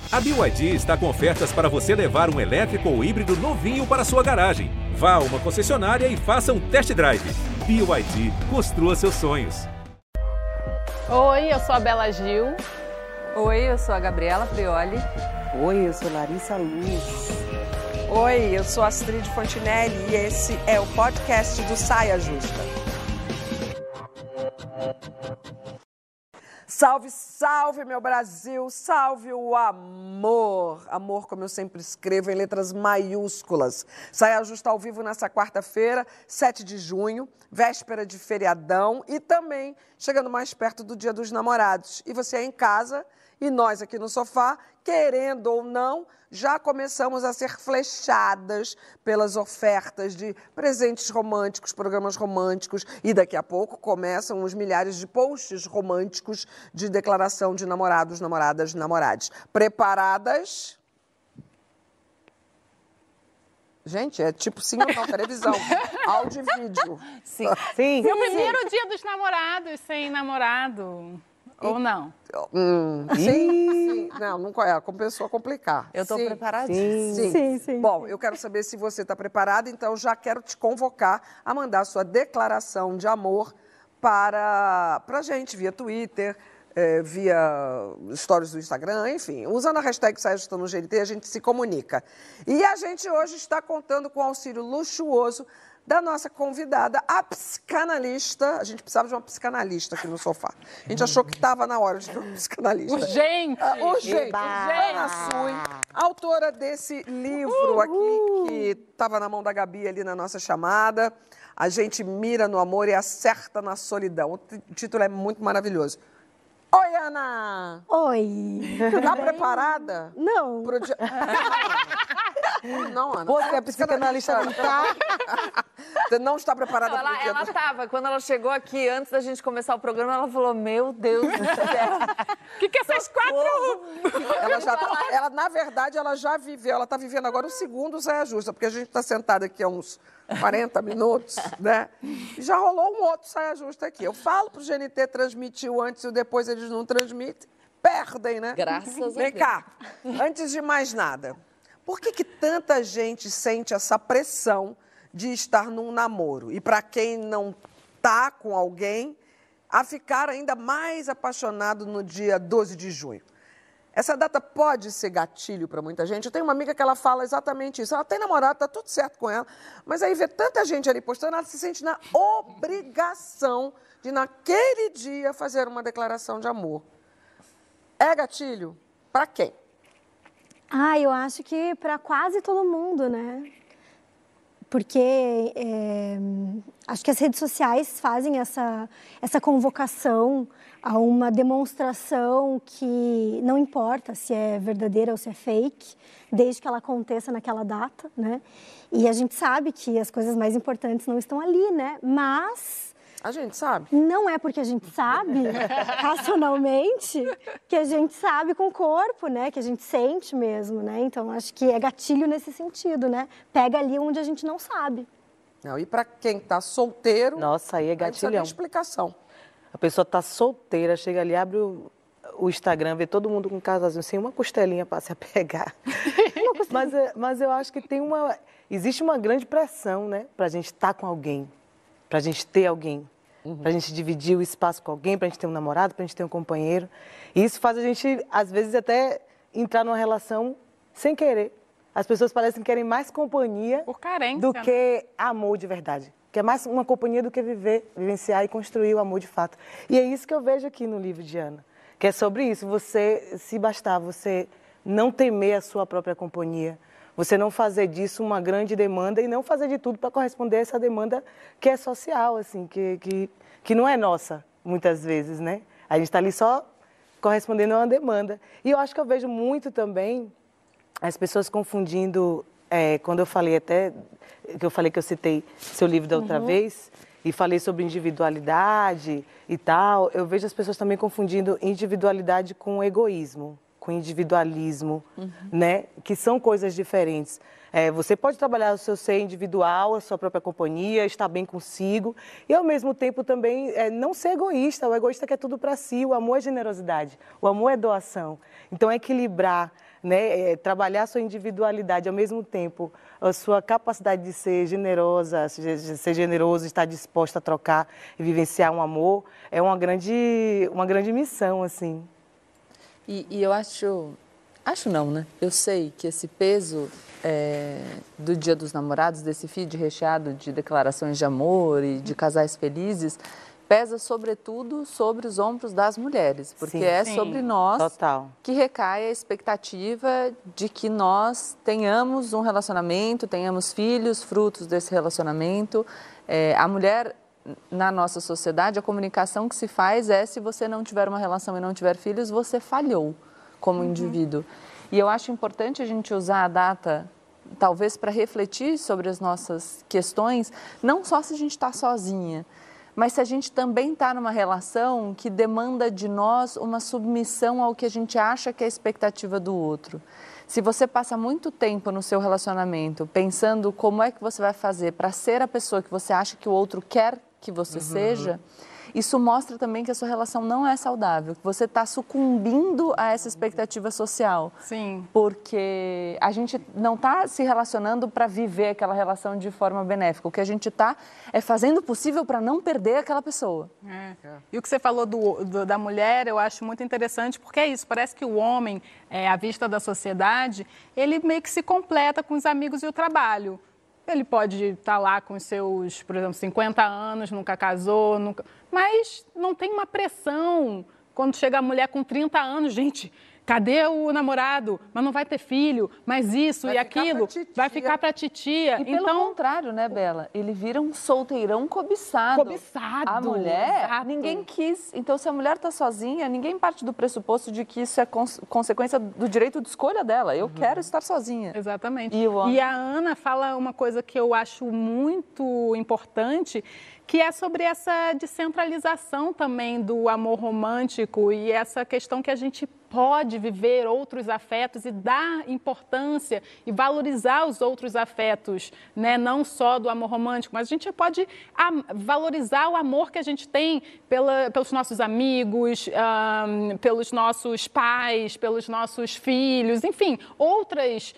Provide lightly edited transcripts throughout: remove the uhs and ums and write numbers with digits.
A BYD está com ofertas para você levar um elétrico ou híbrido novinho para sua garagem. Vá a uma concessionária e faça um test drive. BYD, construa seus sonhos. Oi, eu sou a Bela Gil. Oi, eu sou a Gabriela Prioli. Oi, eu sou Larissa Luz. Oi, eu sou Astrid Fontinelli e esse é o podcast do Saia Justa. Salve, salve, meu Brasil, salve o amor. Amor, como eu sempre escrevo, em letras maiúsculas. Saia Justa ao vivo nessa quarta-feira, 7 de junho, véspera de feriadão e também chegando mais perto do Dia dos Namorados. E você é em casa e nós aqui no sofá, querendo ou não, já começamos a ser flechadas pelas ofertas de presentes românticos, programas românticos e daqui a pouco começam os milhares de posts românticos de declaração de namorados, namoradas, namorades. Preparadas? Gente, é tipo sim ou não, televisão, áudio e vídeo. Sim. Sim. E o primeiro dia dos namorados sem namorado, ou não? Sim. Não começou a complicar. Eu estou preparadinha. Sim. Bom, eu quero saber se você está preparada, então já quero te convocar a mandar sua declaração de amor para a gente, via Twitter, via stories do Instagram, enfim. Usando a hashtag Saia Justa no GNT, a gente se comunica. E a gente hoje está contando com o auxílio luxuoso da nossa convidada, a psicanalista. A gente precisava de uma psicanalista aqui no sofá. A gente achou que estava na hora de ter uma psicanalista. Urgente! Urgente! Ana Sui, autora desse livro aqui, que estava na mão da Gabi ali na nossa chamada. A gente mira no amor e acerta na solidão. O título é muito maravilhoso. Oi, Ana! Oi! Tá preparada? Não. Pro dia... Não, Ana. Você é psicanalista, não tá? Você não está preparada para o dia. Ela estava. Quando ela chegou aqui, antes da gente começar o programa, ela falou, meu Deus do céu. O que essas quatro... Ela, na verdade, ela já viveu, ela está vivendo agora o segundo Saia Justa, porque a gente está sentada aqui há uns 40 minutos, né? E já rolou um outro Saia Justa aqui. Eu falo pro GNT transmitir o antes e o depois, eles não transmitem, perdem, né? Graças a Deus. Vem cá, antes de mais nada, por que tanta gente sente essa pressão de estar num namoro? E para quem não tá com alguém, a ficar ainda mais apaixonado no dia 12 de junho. Essa data pode ser gatilho para muita gente. Eu tenho uma amiga que ela fala exatamente isso. Ela tem namorado, tá tudo certo com ela, mas aí vê tanta gente ali postando, ela se sente na obrigação de, naquele dia, fazer uma declaração de amor. É gatilho? Para quem? Eu acho que para quase todo mundo, né? Porque acho que as redes sociais fazem essa convocação a uma demonstração que não importa se é verdadeira ou se é fake, desde que ela aconteça naquela data, né? E a gente sabe que as coisas mais importantes não estão ali, né? Mas... A gente sabe. Não é porque a gente sabe, racionalmente, que a gente sabe com o corpo, né? Que a gente sente mesmo, né? Então, acho que é gatilho nesse sentido, né? Pega ali onde a gente não sabe. Não, e para quem está solteiro... Nossa, aí é gatilhão. Não precisa de explicação. A pessoa está solteira, chega ali, abre o Instagram, vê todo mundo com um casalzinho, sem uma costelinha para se apegar. mas eu acho que existe uma grande pressão, né? Para a gente estar com alguém. Para a gente ter alguém, para a gente dividir o espaço com alguém, para a gente ter um namorado, para a gente ter um companheiro. E isso faz a gente, às vezes, até entrar numa relação sem querer. As pessoas parecem que querem mais companhia por carência, do que amor de verdade. Que é mais uma companhia do que vivenciar e construir o amor de fato. E é isso que eu vejo aqui no livro de Ana, que é sobre isso. Você, se bastar, você não temer a sua própria companhia, você não fazer disso uma grande demanda e não fazer de tudo para corresponder a essa demanda que é social, assim, que não é nossa, muitas vezes, né? A gente está ali só correspondendo a uma demanda. E eu acho que eu vejo muito também as pessoas confundindo, quando eu falei até, que eu citei seu livro da outra vez, e falei sobre individualidade e tal, eu vejo as pessoas também confundindo individualidade com egoísmo, com individualismo, né? Que são coisas diferentes. Você pode trabalhar o seu ser individual, a sua própria companhia, estar bem consigo e, ao mesmo tempo, também não ser egoísta. O egoísta quer tudo para si. O amor é generosidade. O amor é doação. Então, é equilibrar né? Trabalhar a sua individualidade, ao mesmo tempo, a sua capacidade de ser generosa, de ser generoso, estar disposto a trocar e vivenciar um amor, é uma grande missão, assim. E eu acho não, né? Eu sei que esse peso do Dia dos Namorados, desse feed recheado de declarações de amor e de casais felizes, pesa sobretudo sobre os ombros das mulheres, porque Sim. Sobre nós Total. que recai a expectativa de que nós tenhamos um relacionamento, tenhamos filhos, frutos desse relacionamento. A mulher, na nossa sociedade, a comunicação que se faz é: se você não tiver uma relação e não tiver filhos, você falhou como indivíduo. E eu acho importante a gente usar a data, talvez, para refletir sobre as nossas questões, não só se a gente está sozinha, mas se a gente também está numa relação que demanda de nós uma submissão ao que a gente acha que é a expectativa do outro. Se você passa muito tempo no seu relacionamento pensando como é que você vai fazer para ser a pessoa que você acha que o outro quer que você seja, isso mostra também que a sua relação não é saudável, que você está sucumbindo a essa expectativa social. Sim. Porque a gente não está se relacionando para viver aquela relação de forma benéfica. O que a gente está é fazendo o possível para não perder aquela pessoa. E o que você falou da mulher, eu acho muito interessante, porque é isso, parece que o homem, à vista da sociedade, ele meio que se completa com os amigos e o trabalho. Ele pode estar lá com os seus, por exemplo, 50 anos, nunca casou, mas não tem uma pressão. Quando chega a mulher com 30 anos, gente, cadê o namorado? Mas não vai ter filho, mas isso e aquilo vai ficar para a titia. E pelo contrário, né, Bela? Ele vira um solteirão cobiçado. Cobiçado. A mulher, exato. Ninguém quis. Então, se a mulher está sozinha, ninguém parte do pressuposto de que isso é consequência do direito de escolha dela. Eu quero estar sozinha. Exatamente. E a Ana fala uma coisa que eu acho muito importante, que é sobre essa descentralização também do amor romântico e essa questão que a gente pode viver outros afetos e dar importância e valorizar os outros afetos, né? Não só do amor romântico, mas a gente pode valorizar o amor que a gente tem pelos nossos amigos, pelos nossos pais, pelos nossos filhos, enfim, outros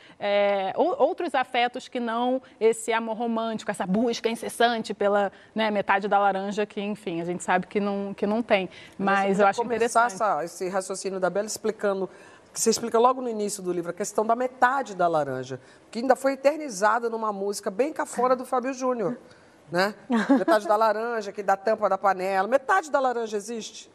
afetos que não esse amor romântico, essa busca incessante pela, né, metade da laranja que, enfim, a gente sabe que não tem. Mas eu acho interessante. Esse raciocínio da Bela explicando, que você explica logo no início do livro, a questão da metade da laranja, que ainda foi eternizada numa música bem cafona do Fábio Júnior, né? Metade da laranja, que dá tampa da panela. Metade da laranja existe?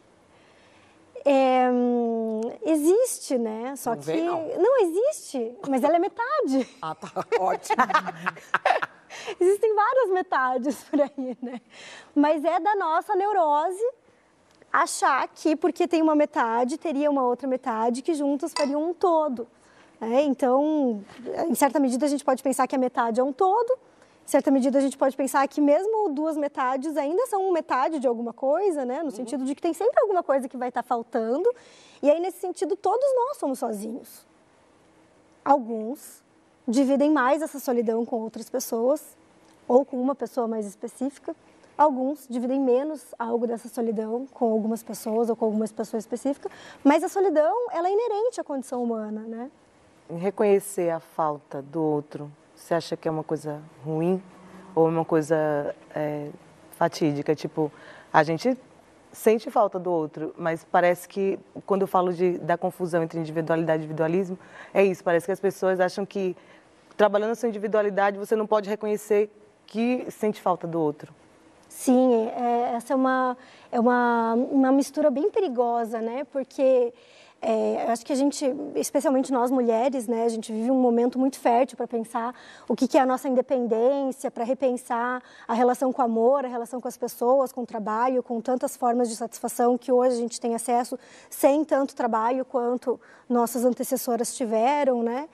Existe, né? Só não que... Vem, não. Não existe, mas ela é metade. Ah, tá. Ótimo. Existem várias metades por aí, né? Mas é da nossa neurose achar que, porque tem uma metade, teria uma outra metade, que juntos fariam um todo. Né? Então, em certa medida, a gente pode pensar que a metade é um todo. Em certa medida, a gente pode pensar que mesmo duas metades ainda são metade de alguma coisa, né? No sentido de que tem sempre alguma coisa que vai estar faltando. E aí, nesse sentido, todos nós somos sozinhos. Alguns dividem mais essa solidão com outras pessoas, ou com uma pessoa mais específica. Alguns dividem menos algo dessa solidão com algumas pessoas ou com algumas pessoas específicas, mas a solidão, ela é inerente à condição humana, né? Reconhecer a falta do outro, você acha que é uma coisa ruim ou uma coisa fatídica? Tipo, a gente sente falta do outro, mas parece que, quando eu falo da confusão entre individualidade e individualismo, é isso, parece que as pessoas acham que, trabalhando a sua individualidade, você não pode reconhecer que sente falta do outro. Sim, essa é uma mistura bem perigosa, né? Porque eu acho que a gente, especialmente nós mulheres, né? A gente vive um momento muito fértil para pensar o que é a nossa independência, para repensar a relação com o amor, a relação com as pessoas, com o trabalho, com tantas formas de satisfação que hoje a gente tem acesso sem tanto trabalho quanto nossas antecessoras tiveram, né?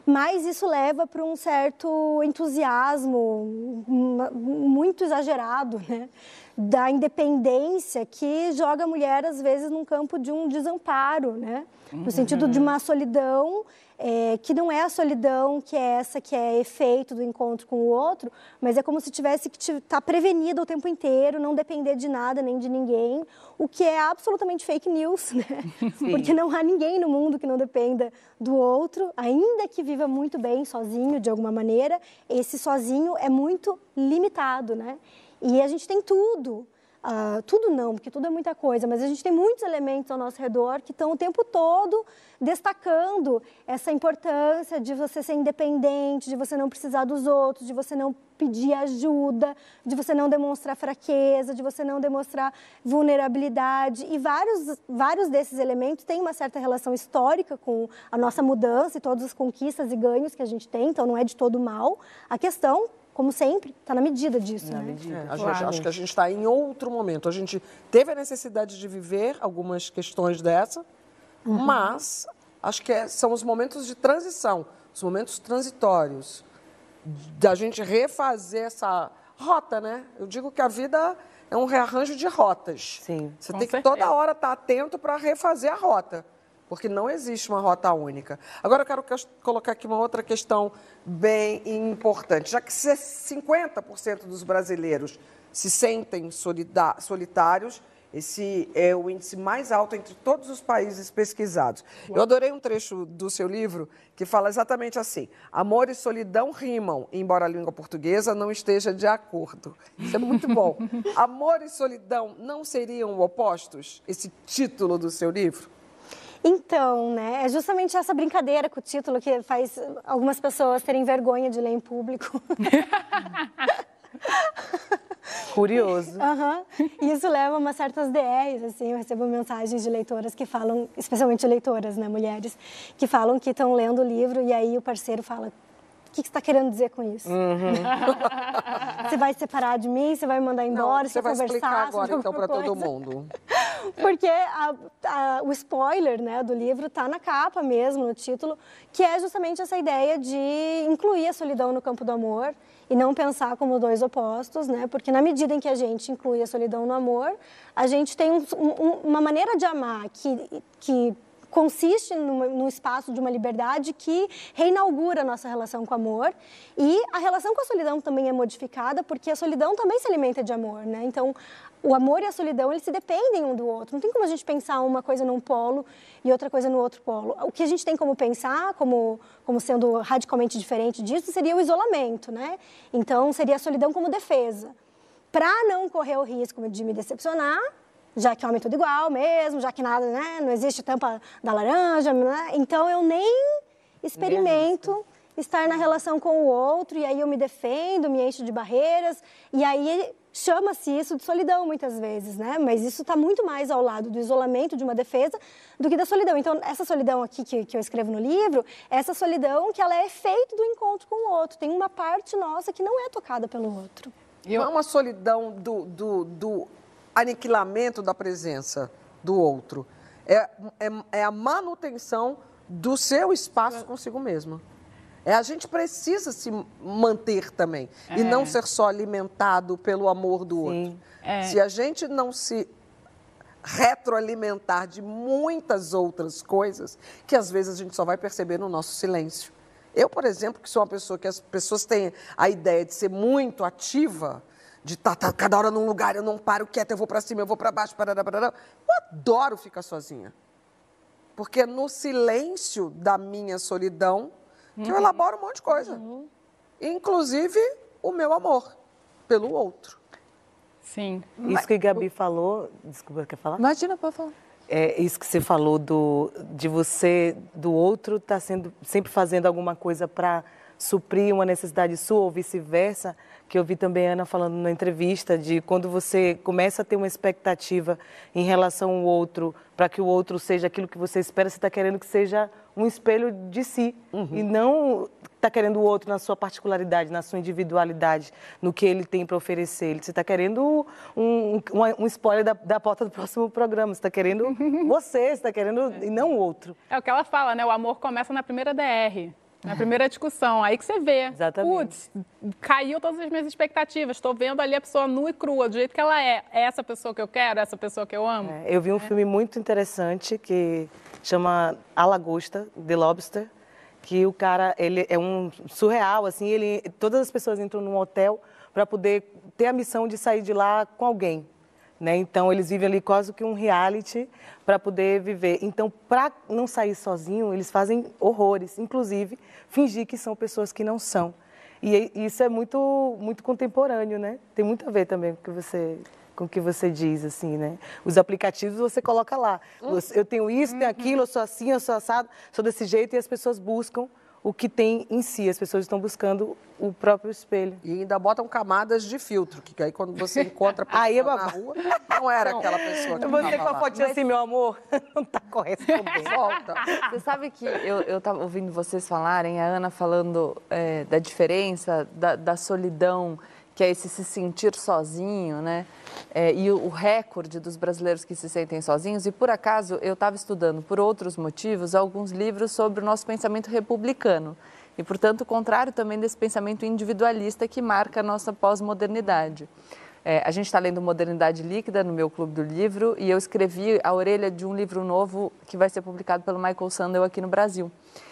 mas isso leva para um certo entusiasmo muito exagerado, né? Da independência que joga a mulher, às vezes, num campo de um desamparo, né? No sentido de uma solidão que não é a solidão que é essa que é efeito do encontro com o outro, mas é como se tivesse que estar prevenida o tempo inteiro, não depender de nada nem de ninguém, o que é absolutamente fake news, né? Porque não há ninguém no mundo que não dependa do outro, ainda que viva muito bem sozinho, de alguma maneira, esse sozinho é muito limitado, né? E a gente tem tudo. Tudo não, porque tudo é muita coisa, mas a gente tem muitos elementos ao nosso redor que estão o tempo todo destacando essa importância de você ser independente, de você não precisar dos outros, de você não pedir ajuda, de você não demonstrar fraqueza, de você não demonstrar vulnerabilidade. E vários desses elementos têm uma certa relação histórica com a nossa mudança e todas as conquistas e ganhos que a gente tem, então não é de todo mal. A questão, como sempre, está na medida disso. Na né? medida. Acho que a gente está em outro momento. A gente teve a necessidade de viver algumas questões dessa, mas acho que são os momentos de transição, os momentos transitórios, da gente refazer essa rota, né? Eu digo que a vida é um rearranjo de rotas. Sim. Você tem que toda hora estar atento para refazer a rota, porque não existe uma rota única. Agora eu quero colocar aqui uma outra questão bem importante. Já que 50% dos brasileiros se sentem solitários, esse é o índice mais alto entre todos os países pesquisados. Eu adorei um trecho do seu livro que fala exatamente assim: amor e solidão rimam, embora a língua portuguesa não esteja de acordo. Isso é muito bom. Amor e solidão não seriam opostos? Esse título do seu livro? Então, né, é justamente essa brincadeira com o título que faz algumas pessoas terem vergonha de ler em público. Curioso. E isso leva a umas certas DRs, assim, eu recebo mensagens de leitoras que falam, especialmente leitoras, né, mulheres, que falam que estão lendo o livro e aí o parceiro fala: o que você está querendo dizer com isso? Você vai se separar de mim? Você vai me mandar embora? Não, você vai explicar agora, então, para todo mundo. Porque o spoiler, né, do livro está na capa mesmo, no título, que é justamente essa ideia de incluir a solidão no campo do amor e não pensar como dois opostos, né? Porque na medida em que a gente inclui a solidão no amor, a gente tem uma maneira de amar que consiste num espaço de uma liberdade que reinaugura a nossa relação com o amor, e a relação com a solidão também é modificada porque a solidão também se alimenta de amor, né? Então, o amor e a solidão, eles se dependem um do outro. Não tem como a gente pensar uma coisa num polo e outra coisa no outro polo. O que a gente tem como pensar, como sendo radicalmente diferente disso, seria o isolamento, né? Então, seria a solidão como defesa. Para não correr o risco de me decepcionar, já que é homem tudo igual mesmo, já que nada, né, não existe tampa da laranja, né? Então eu nem experimento estar na relação com o outro, e aí eu me defendo, me encho de barreiras, e aí chama-se isso de solidão muitas vezes, né? Mas isso está muito mais ao lado do isolamento, de uma defesa, do que da solidão. Então, essa solidão aqui que eu escrevo no livro, essa solidão que ela é efeito do encontro com o outro. Tem uma parte nossa que não é tocada pelo outro. Não é uma solidão do aniquilamento da presença do outro. É a manutenção do seu espaço consigo mesmo. A gente precisa se manter também e não ser só alimentado pelo amor do outro. Se a gente não se retroalimentar de muitas outras coisas, que às vezes a gente só vai perceber no nosso silêncio. Eu, por exemplo, que sou uma pessoa que as pessoas têm a ideia de ser muito ativa, de estar cada hora num lugar, eu não paro quieta, eu vou para cima, eu vou para baixo, eu adoro ficar sozinha. Porque no silêncio da minha solidão, que eu elaboro um monte de coisa. Inclusive o meu amor pelo outro. Sim. Isso que a Gabi falou... Desculpa, quer falar? Imagina, pode falar. É isso que você falou de você, do outro, estar sempre fazendo alguma coisa para suprir uma necessidade sua ou vice-versa, que eu vi também a Ana falando na entrevista, de quando você começa a ter uma expectativa em relação ao outro, para que o outro seja aquilo que você espera, você está querendo que seja um espelho de si, e não está querendo o outro na sua particularidade, na sua individualidade, no que ele tem para oferecer. Você está querendo um spoiler da pauta do próximo programa, você está querendo você está querendo e não o outro. É o que ela fala, né? O amor começa na primeira DR. Na primeira discussão, aí que você vê. Exatamente. Putz, caiu todas as minhas expectativas. Estou vendo ali a pessoa nua e crua, do jeito que ela é. É essa pessoa que eu quero? É essa pessoa que eu amo? Eu vi um filme muito interessante que chama A Lagosta, The Lobster, que o cara, ele é um surreal, assim, todas as pessoas entram num hotel para poder ter a missão de sair de lá com alguém. Né? Então, eles vivem ali quase que um reality para poder viver. Então, para não sair sozinho, eles fazem horrores, inclusive fingir que são pessoas que não são. E isso é muito, muito contemporâneo, né? Tem muito a ver também com o que você diz, assim, né? Os aplicativos você coloca lá. Eu tenho isso, tenho aquilo, eu sou assim, eu sou assado, sou desse jeito, e as pessoas buscam o que tem em si. As pessoas estão buscando o próprio espelho. E ainda botam camadas de filtro, que aí quando você encontra a pessoa Aí é na babado. rua, não era aquela pessoa que Você com tava a lá. fotinha assim, meu amor, não está correspondendo. Volta. Você sabe que eu estava ouvindo vocês falarem, a Ana falando da diferença, da solidão, que é esse se sentir sozinho, né? E o recorde dos brasileiros que se sentem sozinhos. E, por acaso, eu estava estudando, por outros motivos, alguns livros sobre o nosso pensamento republicano. E, portanto, o contrário também desse pensamento individualista que marca a nossa pós-modernidade. A gente está lendo Modernidade Líquida no meu Clube do Livro e eu escrevi a orelha de um livro novo que vai ser publicado pelo Michael Sandel aqui no Brasil.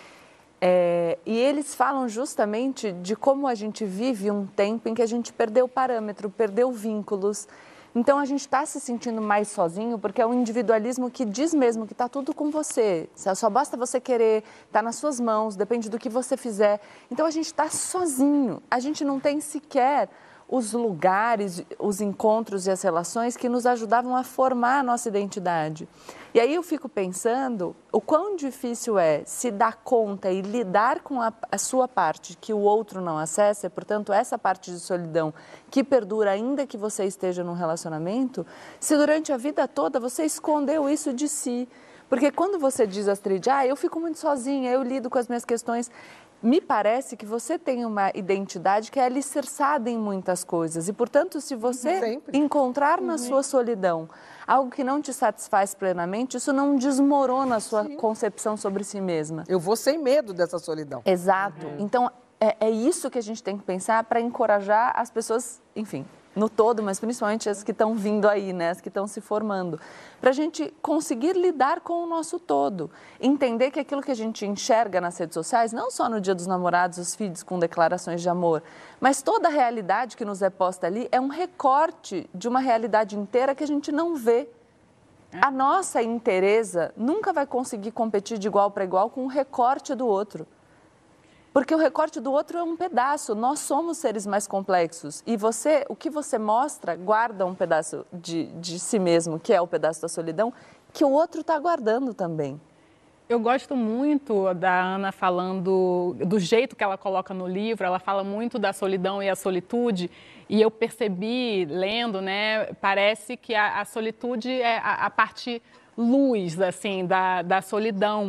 E eles falam justamente de como a gente vive um tempo em que a gente perdeu parâmetro, perdeu vínculos. Então, a gente está se sentindo mais sozinho porque é um individualismo que diz mesmo que está tudo com você. Só basta você querer, está nas suas mãos, depende do que você fizer. Então, a gente está sozinho. A gente não tem sequer os lugares, os encontros e as relações que nos ajudavam a formar a nossa identidade. E aí eu fico pensando o quão difícil é se dar conta e lidar com a sua parte que o outro não acessa, portanto, essa parte de solidão que perdura ainda que você esteja num relacionamento, se durante a vida toda você escondeu isso de si. Porque quando você diz, Astrid, eu fico muito sozinha, eu lido com as minhas questões, me parece que você tem uma identidade que é alicerçada em muitas coisas. E, portanto, se você encontrar na sua solidão algo que não te satisfaz plenamente, isso não desmorona a sua concepção sobre si mesma. Eu vou sem medo dessa solidão. Exato. Então, é isso que a gente tem que pensar para encorajar as pessoas, enfim, no todo, mas principalmente as que estão vindo aí, né? As que estão se formando. Para a gente conseguir lidar com o nosso todo. Entender que aquilo que a gente enxerga nas redes sociais, não só no Dia dos Namorados, os feeds com declarações de amor, mas toda a realidade que nos é posta ali é um recorte de uma realidade inteira que a gente não vê. A nossa inteireza nunca vai conseguir competir de igual para igual com o recorte do outro. Porque o recorte do outro é um pedaço, nós somos seres mais complexos. E o que você mostra, guarda um pedaço de si mesmo, que é o pedaço da solidão, que o outro está guardando também. Eu gosto muito da Ana falando, do jeito que ela coloca no livro, ela fala muito da solidão e a solitude, e eu percebi, lendo, né, parece que a solitude é a parte luz, assim, da solidão.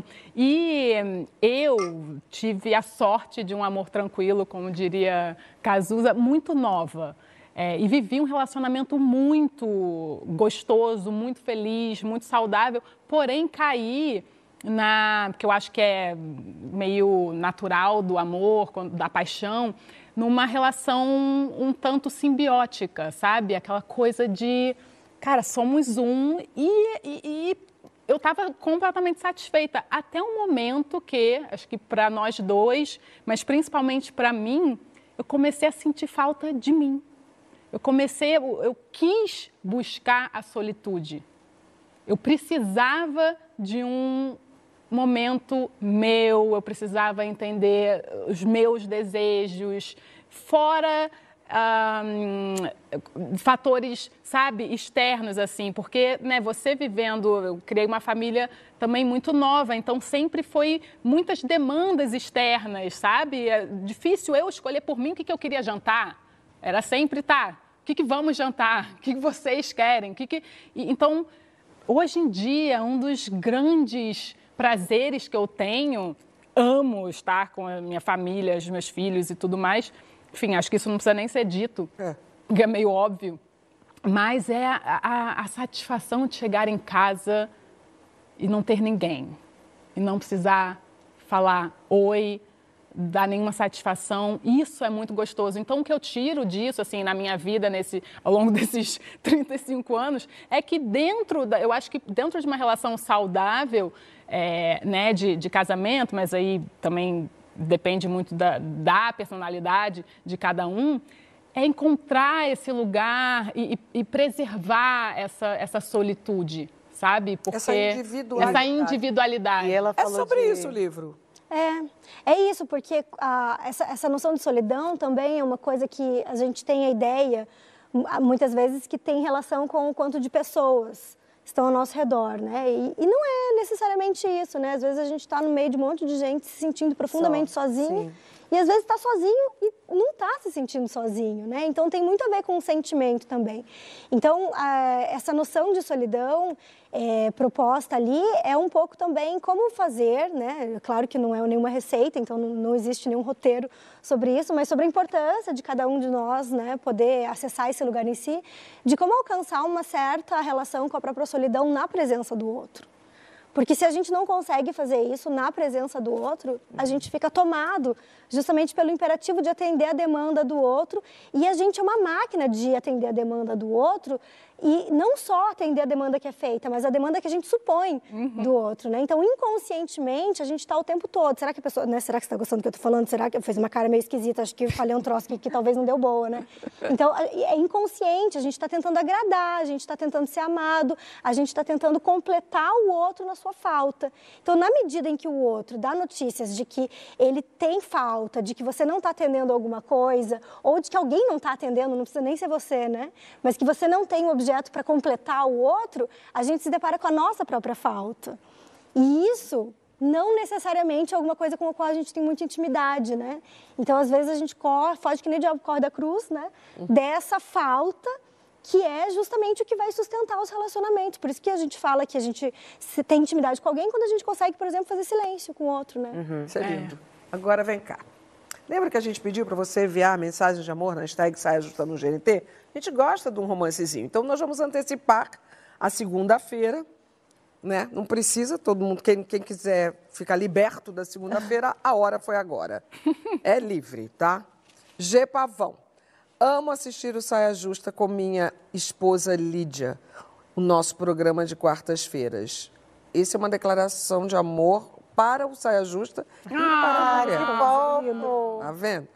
E eu tive a sorte de um amor tranquilo, como diria Cazuza, muito nova. E vivi um relacionamento muito gostoso, muito feliz, muito saudável, porém caí que eu acho que é meio natural do amor, da paixão, numa relação um tanto simbiótica, sabe? Aquela coisa de, cara, somos um e eu estava completamente satisfeita até um momento que, acho que para nós dois, mas principalmente para mim, eu comecei a sentir falta de mim. Eu quis buscar a solitude. Eu precisava de um momento meu, eu precisava entender os meus desejos, fora fatores, sabe, externos, assim, porque, né, você vivendo, eu criei uma família também muito nova, então sempre foi muitas demandas externas, sabe? É difícil eu escolher por mim o que eu queria jantar, era sempre, o que vamos jantar, o que vocês querem, Então, hoje em dia, um dos grandes prazeres que eu tenho, amo estar com a minha família, os meus filhos e tudo mais. Enfim, acho que isso não precisa nem ser dito, porque é meio óbvio. Mas é a satisfação de chegar em casa e não ter ninguém. E não precisar falar oi, dá nenhuma satisfação. Isso é muito gostoso. Então, o que eu tiro disso, assim, na minha vida, ao longo desses 35 anos, é que eu acho que dentro de uma relação saudável, né, de casamento, mas aí também depende muito da personalidade de cada um, é encontrar esse lugar e preservar essa solitude, sabe? Porque essa individualidade. E ela falou sobre isso o livro. É isso, porque essa noção de solidão também é uma coisa que a gente tem a ideia, muitas vezes, que tem relação com o quanto de pessoas estão ao nosso redor, né? E não é necessariamente isso, né? Às vezes a gente está no meio de um monte de gente se sentindo profundamente sozinho. Sim. E às vezes está sozinho e não está se sentindo sozinho, né? Então tem muito a ver com o sentimento também. Então essa noção de solidão proposta ali é um pouco também como fazer, né? Claro que não é nenhuma receita, então não existe nenhum roteiro sobre isso, mas sobre a importância de cada um de nós, né? Poder acessar esse lugar em si, de como alcançar uma certa relação com a própria solidão na presença do outro. Porque se a gente não consegue fazer isso na presença do outro, a gente fica tomado justamente pelo imperativo de atender a demanda do outro. E a gente é uma máquina de atender a demanda do outro e não só atender a demanda que é feita, mas a demanda que a gente supõe do outro, né? Então, inconscientemente, a gente está o tempo todo. Será que a pessoa, né? Será que você está gostando do que eu estou falando? Será que eu fiz uma cara meio esquisita? Acho que eu falei um troço que talvez não deu boa, né? Então, é inconsciente. A gente está tentando agradar, a gente está tentando ser amado, a gente está tentando completar o outro na sua falta. Então, na medida em que o outro dá notícias de que ele tem falta, de que você não está atendendo alguma coisa, ou de que alguém não está atendendo, não precisa nem ser você, né? Mas que você não tem um objeto para completar o outro, a gente se depara com a nossa própria falta. E isso não necessariamente é alguma coisa com a qual a gente tem muita intimidade, né? Então, às vezes, a gente foge que nem o diabo corre da cruz, né? Dessa falta que é justamente o que vai sustentar os relacionamentos. Por isso que a gente fala que a gente tem intimidade com alguém quando a gente consegue, por exemplo, fazer silêncio com o outro, né? Isso é lindo. Agora, vem cá. Lembra que a gente pediu para você enviar mensagens de amor na hashtag Saia Justa no GNT? A gente gosta de um romancezinho. Então, nós vamos antecipar a segunda-feira, né? Não precisa, todo mundo, quem quiser ficar liberto da segunda-feira, a hora foi agora. É livre, tá? G. Pavão. Amo assistir o Saia Justa com minha esposa Lídia, o nosso programa de quartas-feiras. Essa é uma declaração de amor para o Saia Justa e para a mulher. Que bom! Tá vendo?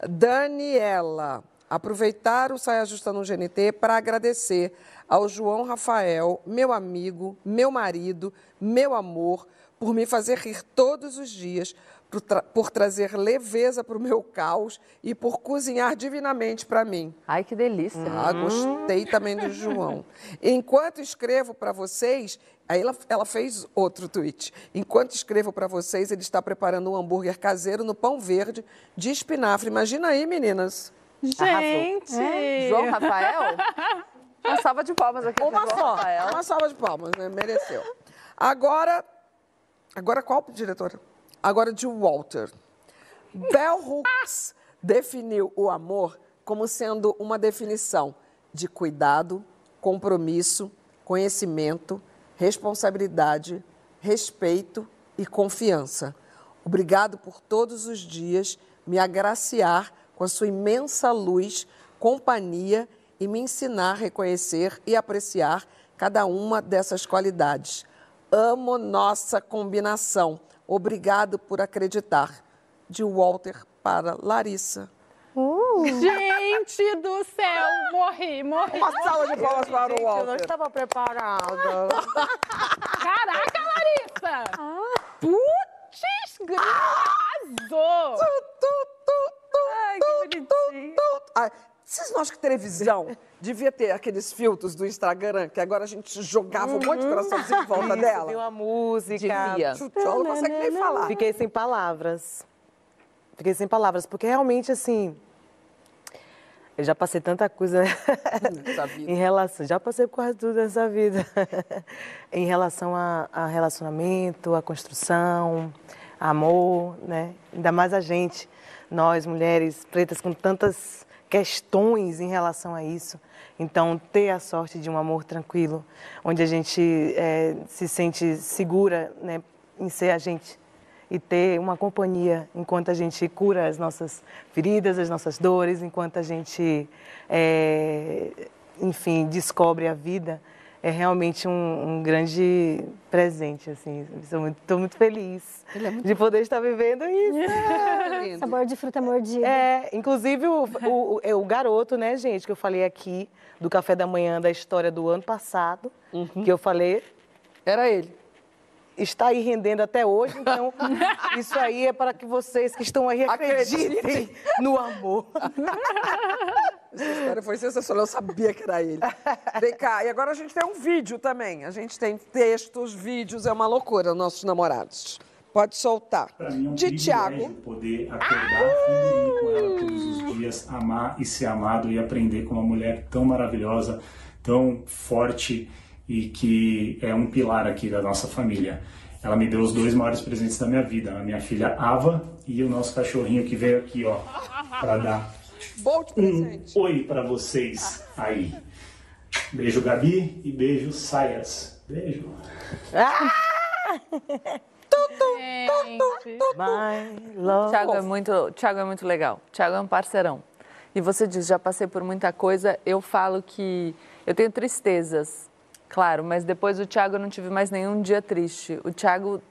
Daniela, aproveitar o Saia Justa no GNT para agradecer ao João Rafael, meu amigo, meu marido, meu amor, por me fazer rir todos os dias, por trazer leveza para o meu caos e por cozinhar divinamente para mim. Ai, que delícia. Gostei também do João. Enquanto escrevo para vocês, aí ela fez outro tweet. Enquanto escrevo para vocês, ele está preparando um hambúrguer caseiro no pão verde de espinafre. Imagina aí, meninas. Gente! João Rafael? Uma salva de palmas aqui. Uma salva de palmas, né? Mereceu. Agora qual, diretora? Agora de Walter. Bell Hooks definiu o amor como sendo uma definição de cuidado, compromisso, conhecimento, responsabilidade, respeito e confiança. Obrigado por todos os dias me agraciar com a sua imensa luz, companhia e me ensinar a reconhecer e apreciar cada uma dessas qualidades. Amo nossa combinação. Obrigado por acreditar. De Walter para Larissa. Gente do céu, morri. Uma salva de palmas para o Walter. Eu não estava preparada. Caraca, Larissa! Putz, arrasou! Ai, que bonitinho. Vocês não acham que televisão devia ter aqueles filtros do Instagram, que agora a gente jogava um monte de coraçãozinho em volta dela? Tem uma música. Devia. Ela não consegue nem falar. Fiquei sem palavras, porque realmente, assim, eu já passei tanta coisa, né? Nessa vida. Em relação, já passei por quase tudo nessa vida. Em relação a relacionamento, a construção, amor, né? Ainda mais a gente, nós, mulheres pretas, com tantas questões em relação a isso. Então, ter a sorte de um amor tranquilo, onde a gente se sente segura, né, em ser a gente. e ter uma companhia enquanto a gente cura as nossas feridas, as nossas dores, enquanto a gente, enfim, descobre a vida, é realmente um grande presente, assim. Estou muito feliz de poder estar vivendo isso. Sabor de fruta mordida. Inclusive o garoto, né, gente, que eu falei aqui, do café da manhã, da história do ano passado, que eu falei... Era ele. Está aí rendendo até hoje, então isso aí é para que vocês que estão aí acreditem no amor. Essa história foi sensacional, eu sabia que era ele. Vem cá, e agora a gente tem um vídeo também. A gente tem textos, vídeos, é uma loucura, nossos namorados. Pode soltar. Para mim é um de Thiago. Poder acordar e dormir com ela todos os dias, amar e ser amado e aprender com uma mulher tão maravilhosa, tão forte e que é um pilar aqui da nossa família. Ela me deu os 2 maiores presentes da minha vida, a minha filha Ava e o nosso cachorrinho que veio aqui, ó, para dar Bom de presente. Oi para vocês aí. Beijo, Gabi, e beijo, Saias. Beijo. Thiago é muito legal. Thiago é um parceirão. E você diz, já passei por muita coisa, eu falo que eu tenho tristezas, claro, mas depois do Thiago eu não tive mais nenhum dia triste. O Thiago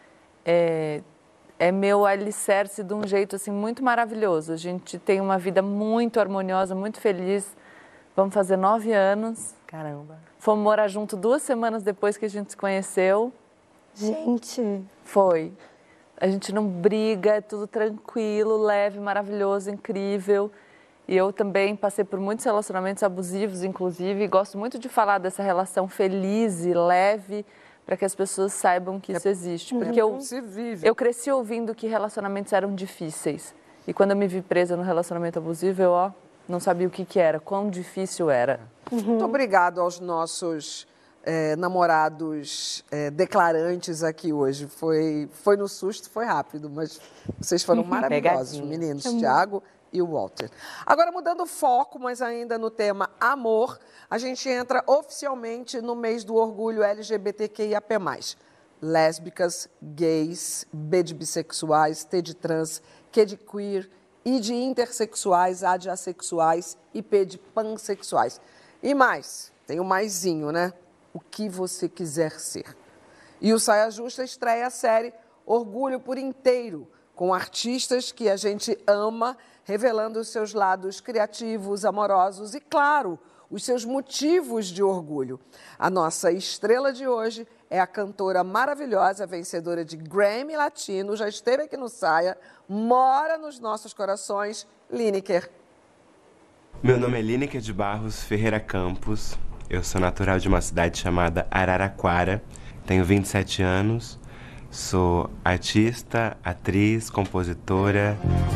é meu alicerce de um jeito assim muito maravilhoso. A gente tem uma vida muito harmoniosa, muito feliz. Vamos fazer 9 anos. Caramba. Fomos morar junto 2 semanas depois que a gente se conheceu. Gente. Foi. A gente não briga, é tudo tranquilo, leve, maravilhoso, incrível. E eu também passei por muitos relacionamentos abusivos, inclusive, e gosto muito de falar dessa relação feliz e leve, para que as pessoas saibam que isso existe. Porque eu cresci ouvindo que relacionamentos eram difíceis. E quando eu me vi presa no relacionamento abusivo, eu não sabia o que era, quão difícil era. Muito obrigado aos nossos namorados declarantes aqui hoje. Foi no susto, foi rápido, mas vocês foram maravilhosos, meninos, Thiago e o Walter. Agora, mudando o foco, mas ainda no tema amor, a gente entra oficialmente no mês do orgulho LGBTQIAP+. Lésbicas, gays, B de bissexuais, T de trans, Q de queer, I de intersexuais, A de assexuais e P de pansexuais. E mais, tem o maisinho, né? O que você quiser ser. E o Saia Justa estreia a série Orgulho por Inteiro, com artistas que a gente ama, revelando os seus lados criativos, amorosos e, claro, os seus motivos de orgulho. A nossa estrela de hoje é a cantora maravilhosa, vencedora de Grammy Latino, já esteve aqui no Saia, mora nos nossos corações, Lineker. Meu nome é Lineker de Barros Ferreira Campos, eu sou natural de uma cidade chamada Araraquara, tenho 27 anos, sou artista, atriz, compositora.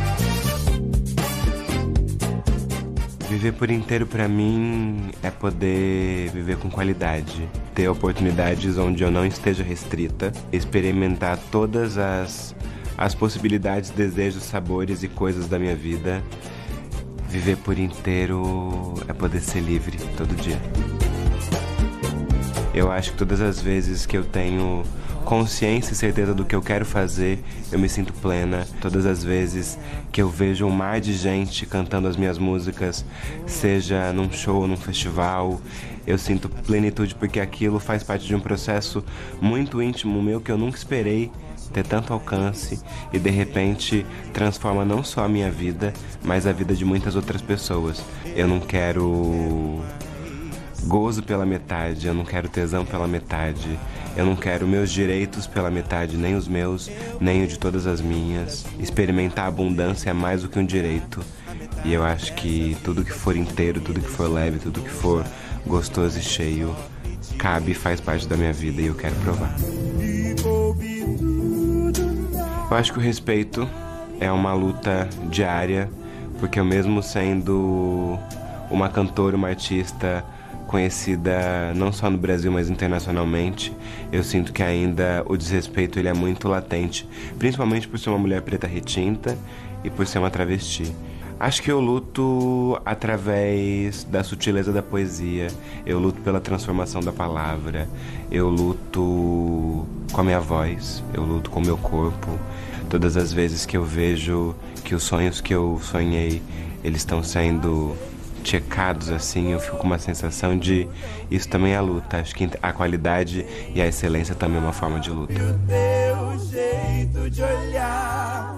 Viver por inteiro pra mim é poder viver com qualidade, ter oportunidades onde eu não esteja restrita, experimentar todas as possibilidades, desejos, sabores e coisas da minha vida. Viver por inteiro é poder ser livre todo dia. Eu acho que todas as vezes que eu tenho consciência e certeza do que eu quero fazer, eu me sinto plena. Todas as vezes que eu vejo um mar de gente cantando as minhas músicas, seja num show, num festival, eu sinto plenitude porque aquilo faz parte de um processo muito íntimo meu que eu nunca esperei ter tanto alcance e de repente transforma não só a minha vida, mas a vida de muitas outras pessoas. Eu não quero gozo pela metade, eu não quero tesão pela metade, eu não quero meus direitos pela metade, nem os meus, nem o de todas as minhas. Experimentar a abundância é mais do que um direito. E eu acho que tudo que for inteiro, tudo que for leve, tudo que for gostoso e cheio, cabe e faz parte da minha vida e eu quero provar. Eu acho que o respeito é uma luta diária, porque eu mesmo sendo uma cantora, uma artista conhecida não só no Brasil, mas internacionalmente, eu sinto que ainda o desrespeito ele é muito latente, principalmente por ser uma mulher preta retinta e por ser uma travesti. Acho que eu luto através da sutileza da poesia, eu luto pela transformação da palavra, eu luto com a minha voz, eu luto com o meu corpo. Todas as vezes que eu vejo que os sonhos que eu sonhei, eles estão sendo checados assim, eu fico com uma sensação de isso também é luta. Acho que a qualidade e a excelência também é uma forma de luta. O teu jeito de olhar.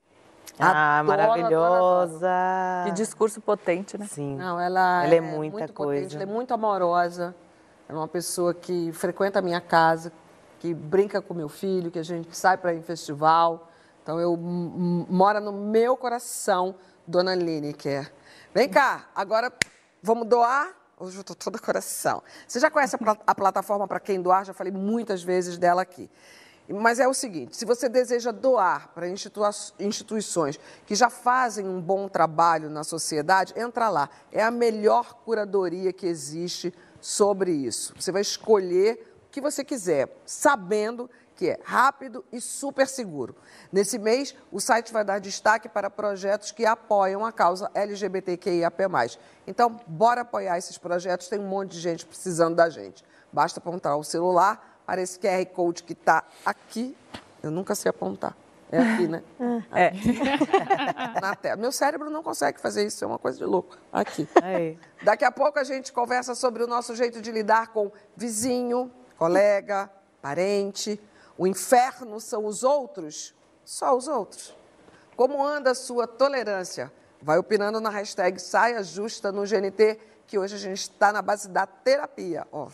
Maravilhosa. Que discurso potente, né? Sim. Não, ela é é muita muito coisa. potente, ela é muito amorosa. É uma pessoa que frequenta a minha casa, que brinca com meu filho, que a gente sai para ir em festival. Então, mora no meu coração, Dona Lineker. Vem cá, agora vamos doar? Hoje eu estou toda coração. Você já conhece a plataforma para quem doar? Já falei muitas vezes dela aqui. Mas é o seguinte, se você deseja doar para instituições que já fazem um bom trabalho na sociedade, entra lá. É a melhor curadoria que existe sobre isso. Você vai escolher o que você quiser, sabendo que é rápido e super seguro. Nesse mês, o site vai dar destaque para projetos que apoiam a causa LGBTQIAP+. Então, bora apoiar esses projetos, tem um monte de gente precisando da gente. Basta apontar o celular para esse QR Code que está aqui. Eu nunca sei apontar. É aqui, né? É. Na tela. Meu cérebro não consegue fazer isso, é uma coisa de louco. Aqui. Aí. Daqui a pouco a gente conversa sobre o nosso jeito de lidar com vizinho, colega, parente. O inferno são os outros? Só os outros. Como anda a sua tolerância? Vai opinando na hashtag Saia Justa no GNT, que hoje a gente está na base da terapia. Ó.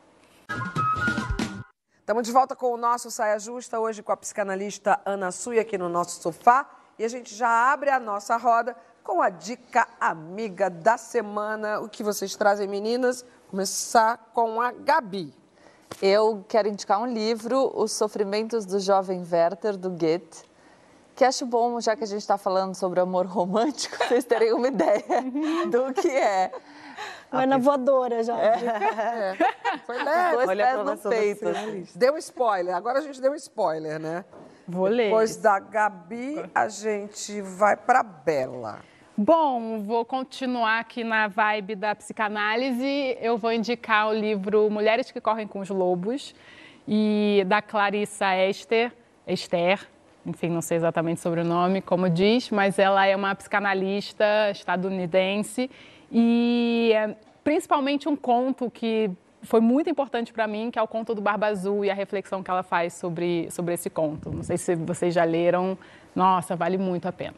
Estamos de volta com o nosso Saia Justa, hoje com a psicanalista Ana Sui aqui no nosso sofá. E a gente já abre a nossa roda com a dica amiga da semana. O que vocês trazem, meninas? Começar com a Gabi. Eu quero indicar um livro, Os Sofrimentos do Jovem Werther, do Goethe, que acho bom, já que a gente está falando sobre amor romântico, vocês terem uma ideia do que é. Vai na voadora já. Foi leve. Dois Olha a pés no aprovação peito. da Deu spoiler, agora a gente deu spoiler, né? Vou ler. Depois da Gabi, a gente vai para Bela. Bom, vou continuar aqui na vibe da psicanálise. Eu vou indicar o livro Mulheres que Correm com os Lobos, e da Clarissa Esther, enfim, não sei exatamente sobre o nome, como diz, mas ela é uma psicanalista estadunidense e é principalmente um conto que foi muito importante para mim, que é o conto do Barba Azul e a reflexão que ela faz sobre esse conto. Não sei se vocês já leram, nossa, vale muito a pena.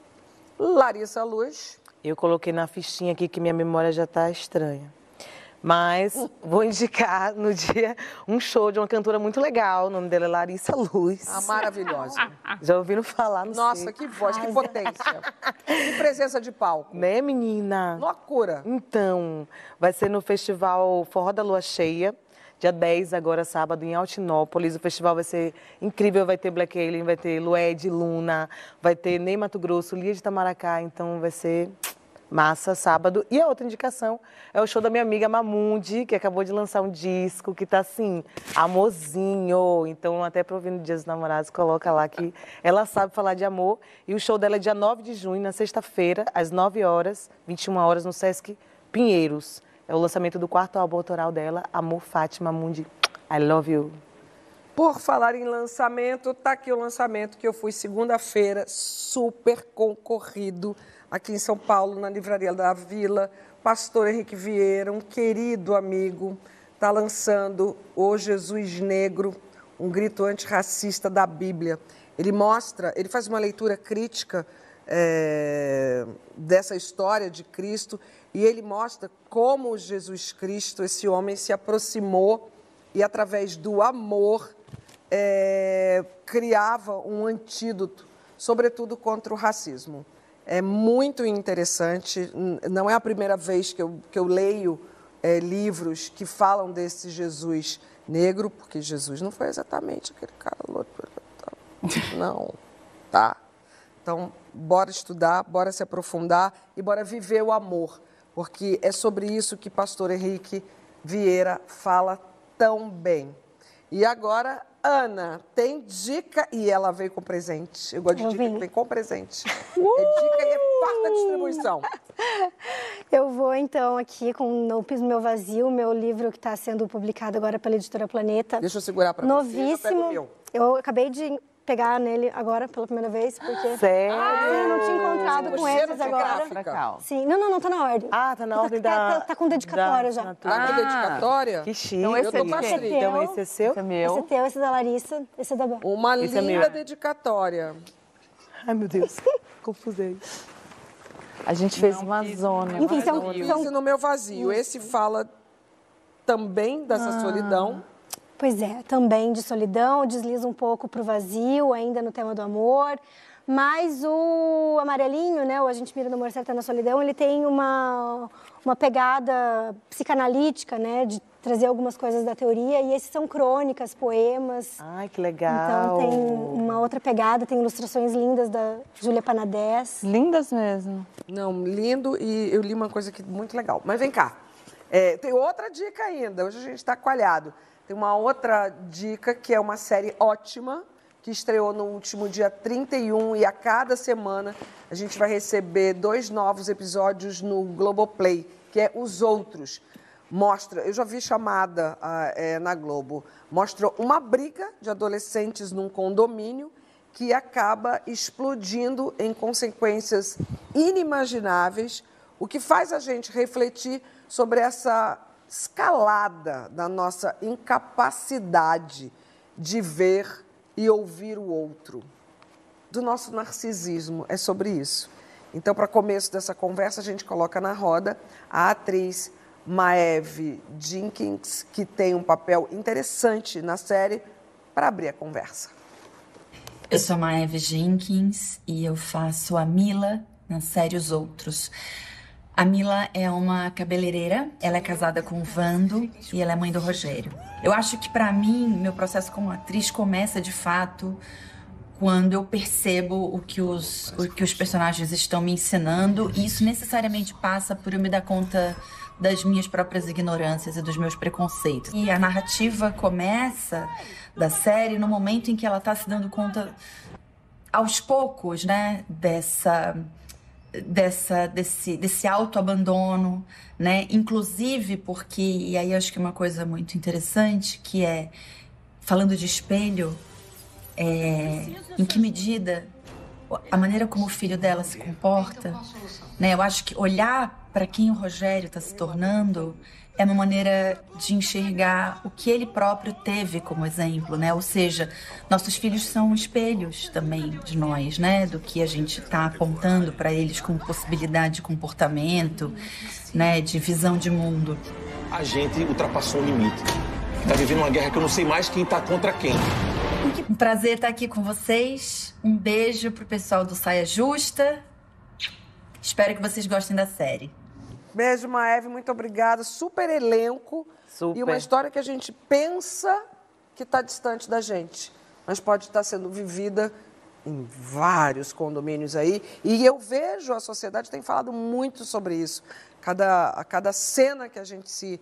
Larissa Luz. Eu coloquei na fichinha aqui que minha memória já está estranha. Mas vou indicar no dia um show de uma cantora muito legal. O nome dela é Larissa Luz. A maravilhosa. Já ouviram falar? Não Nossa, sei. que voz, que potência. Que presença de palco. Né, menina? Loucura. Então, vai ser no Festival Forró da Lua Cheia, dia 10, agora sábado, em Altinópolis. O festival vai ser incrível, vai ter Black Alien, vai ter Lued, Luna, vai ter Ney Mato Grosso, Lia de Itamaracá, então vai ser massa, sábado. E a outra indicação é o show da minha amiga Mamundi, que acabou de lançar um disco que tá assim, amorzinho. Então, até para ouvir no Dia dos Namorados, coloca lá que ela sabe falar de amor. E o show dela é dia 9 de junho, na sexta-feira, às 9 horas, 21 horas, no Sesc Pinheiros. É o lançamento do 4º álbum autoral dela, Amor, Fátima Mundi. I love you. Por falar em lançamento, tá aqui o lançamento que eu fui segunda-feira, super concorrido, aqui em São Paulo, na Livraria da Vila. Pastor Henrique Vieira, um querido amigo, está lançando O Jesus Negro, um grito antirracista da Bíblia. Ele faz uma leitura crítica dessa história de Cristo, e ele mostra como Jesus Cristo, esse homem, se aproximou e, através do amor, criava um antídoto, sobretudo contra o racismo. É muito interessante, não é a primeira vez que eu leio livros que falam desse Jesus negro, porque Jesus não foi exatamente aquele cara louco, não, tá? Então, bora estudar, bora se aprofundar e bora viver o amor, porque é sobre isso que pastor Henrique Vieira fala tão bem. E agora, Ana, tem dica, e ela veio com presente. Eu gosto de dica que vem com presente. É dica e é quarta distribuição. Eu vou, então, aqui com Não Piso no Meu Vazio, meu livro que está sendo publicado agora pela Editora Planeta. Deixa eu segurar para você. Novíssimo. Eu acabei de pegar nele agora pela primeira vez, porque... Sério? Eu não tinha encontrado com esses agora. Gráfica. Sim, não, tá na ordem. Tá na ordem da... Tá com dedicatória já. Dedicatória? Que chique. Então esse eu tô é com a de Sri. quem? Então esse é seu? Esse é meu. Esse é teu, esse é da Larissa, esse é da Bel. Uma Esse é linda meu. dedicatória. Ai, meu Deus. Confusei. A gente fez uma zona. Enfim, Pise no Meu Vazio. Esse fala também dessa solidão. Pois é, também de solidão, desliza um pouco para o vazio, ainda no tema do amor. Mas o amarelinho, né, o A Gente Mira no Amor Certo na Solidão, ele tem uma pegada psicanalítica, né, de trazer algumas coisas da teoria. E esses são crônicas, poemas. Ai, que legal. Então tem uma outra pegada, tem ilustrações lindas da Júlia Panadés. Lindas mesmo. Não, lindo. E eu li uma coisa aqui muito legal. Mas vem cá. Tem outra dica ainda. Hoje a gente está coalhado. Tem uma outra dica que é uma série ótima, que estreou no último dia 31 e a cada semana a gente vai receber 2 novos episódios no Globoplay, que é Os Outros. Mostra, eu já vi chamada na Globo, mostra uma briga de adolescentes num condomínio que acaba explodindo em consequências inimagináveis, o que faz a gente refletir sobre essa escalada da nossa incapacidade de ver e ouvir o outro, do nosso narcisismo. É sobre isso. Então, para começo dessa conversa, a gente coloca na roda a atriz Maeve Jenkins, que tem um papel interessante na série, para abrir a conversa. Eu sou a Maeve Jenkins e eu faço a Mila na série Os Outros. A Mila é uma cabeleireira, ela é casada com o Vando e ela é mãe do Rogério. Eu acho que, para mim, meu processo como atriz começa, de fato, quando eu percebo o que os personagens estão me ensinando, e isso necessariamente passa por eu me dar conta das minhas próprias ignorâncias e dos meus preconceitos. E a narrativa começa da série no momento em que ela está se dando conta, aos poucos, né, desse autoabandono, né? Inclusive porque, e aí acho que é uma coisa muito interessante, que é, falando de espelho, em que medida a maneira como o filho dela se comporta, né? Eu acho que olhar para quem o Rogério está se tornando é uma maneira de enxergar o que ele próprio teve como exemplo, né? Ou seja, nossos filhos são espelhos também de nós, né? Do que a gente está apontando para eles como possibilidade de comportamento, né? De visão de mundo. A gente ultrapassou o limite. Está vivendo uma guerra que eu não sei mais quem está contra quem. Um prazer estar aqui com vocês. Um beijo pro pessoal do Saia Justa. Espero que vocês gostem da série. Beijo, Maeve, muito obrigada. Super elenco. Super. E uma história que a gente pensa que está distante da gente, mas pode estar sendo vivida em vários condomínios aí. E eu vejo, a sociedade tem falado muito sobre isso. A cada cena que a gente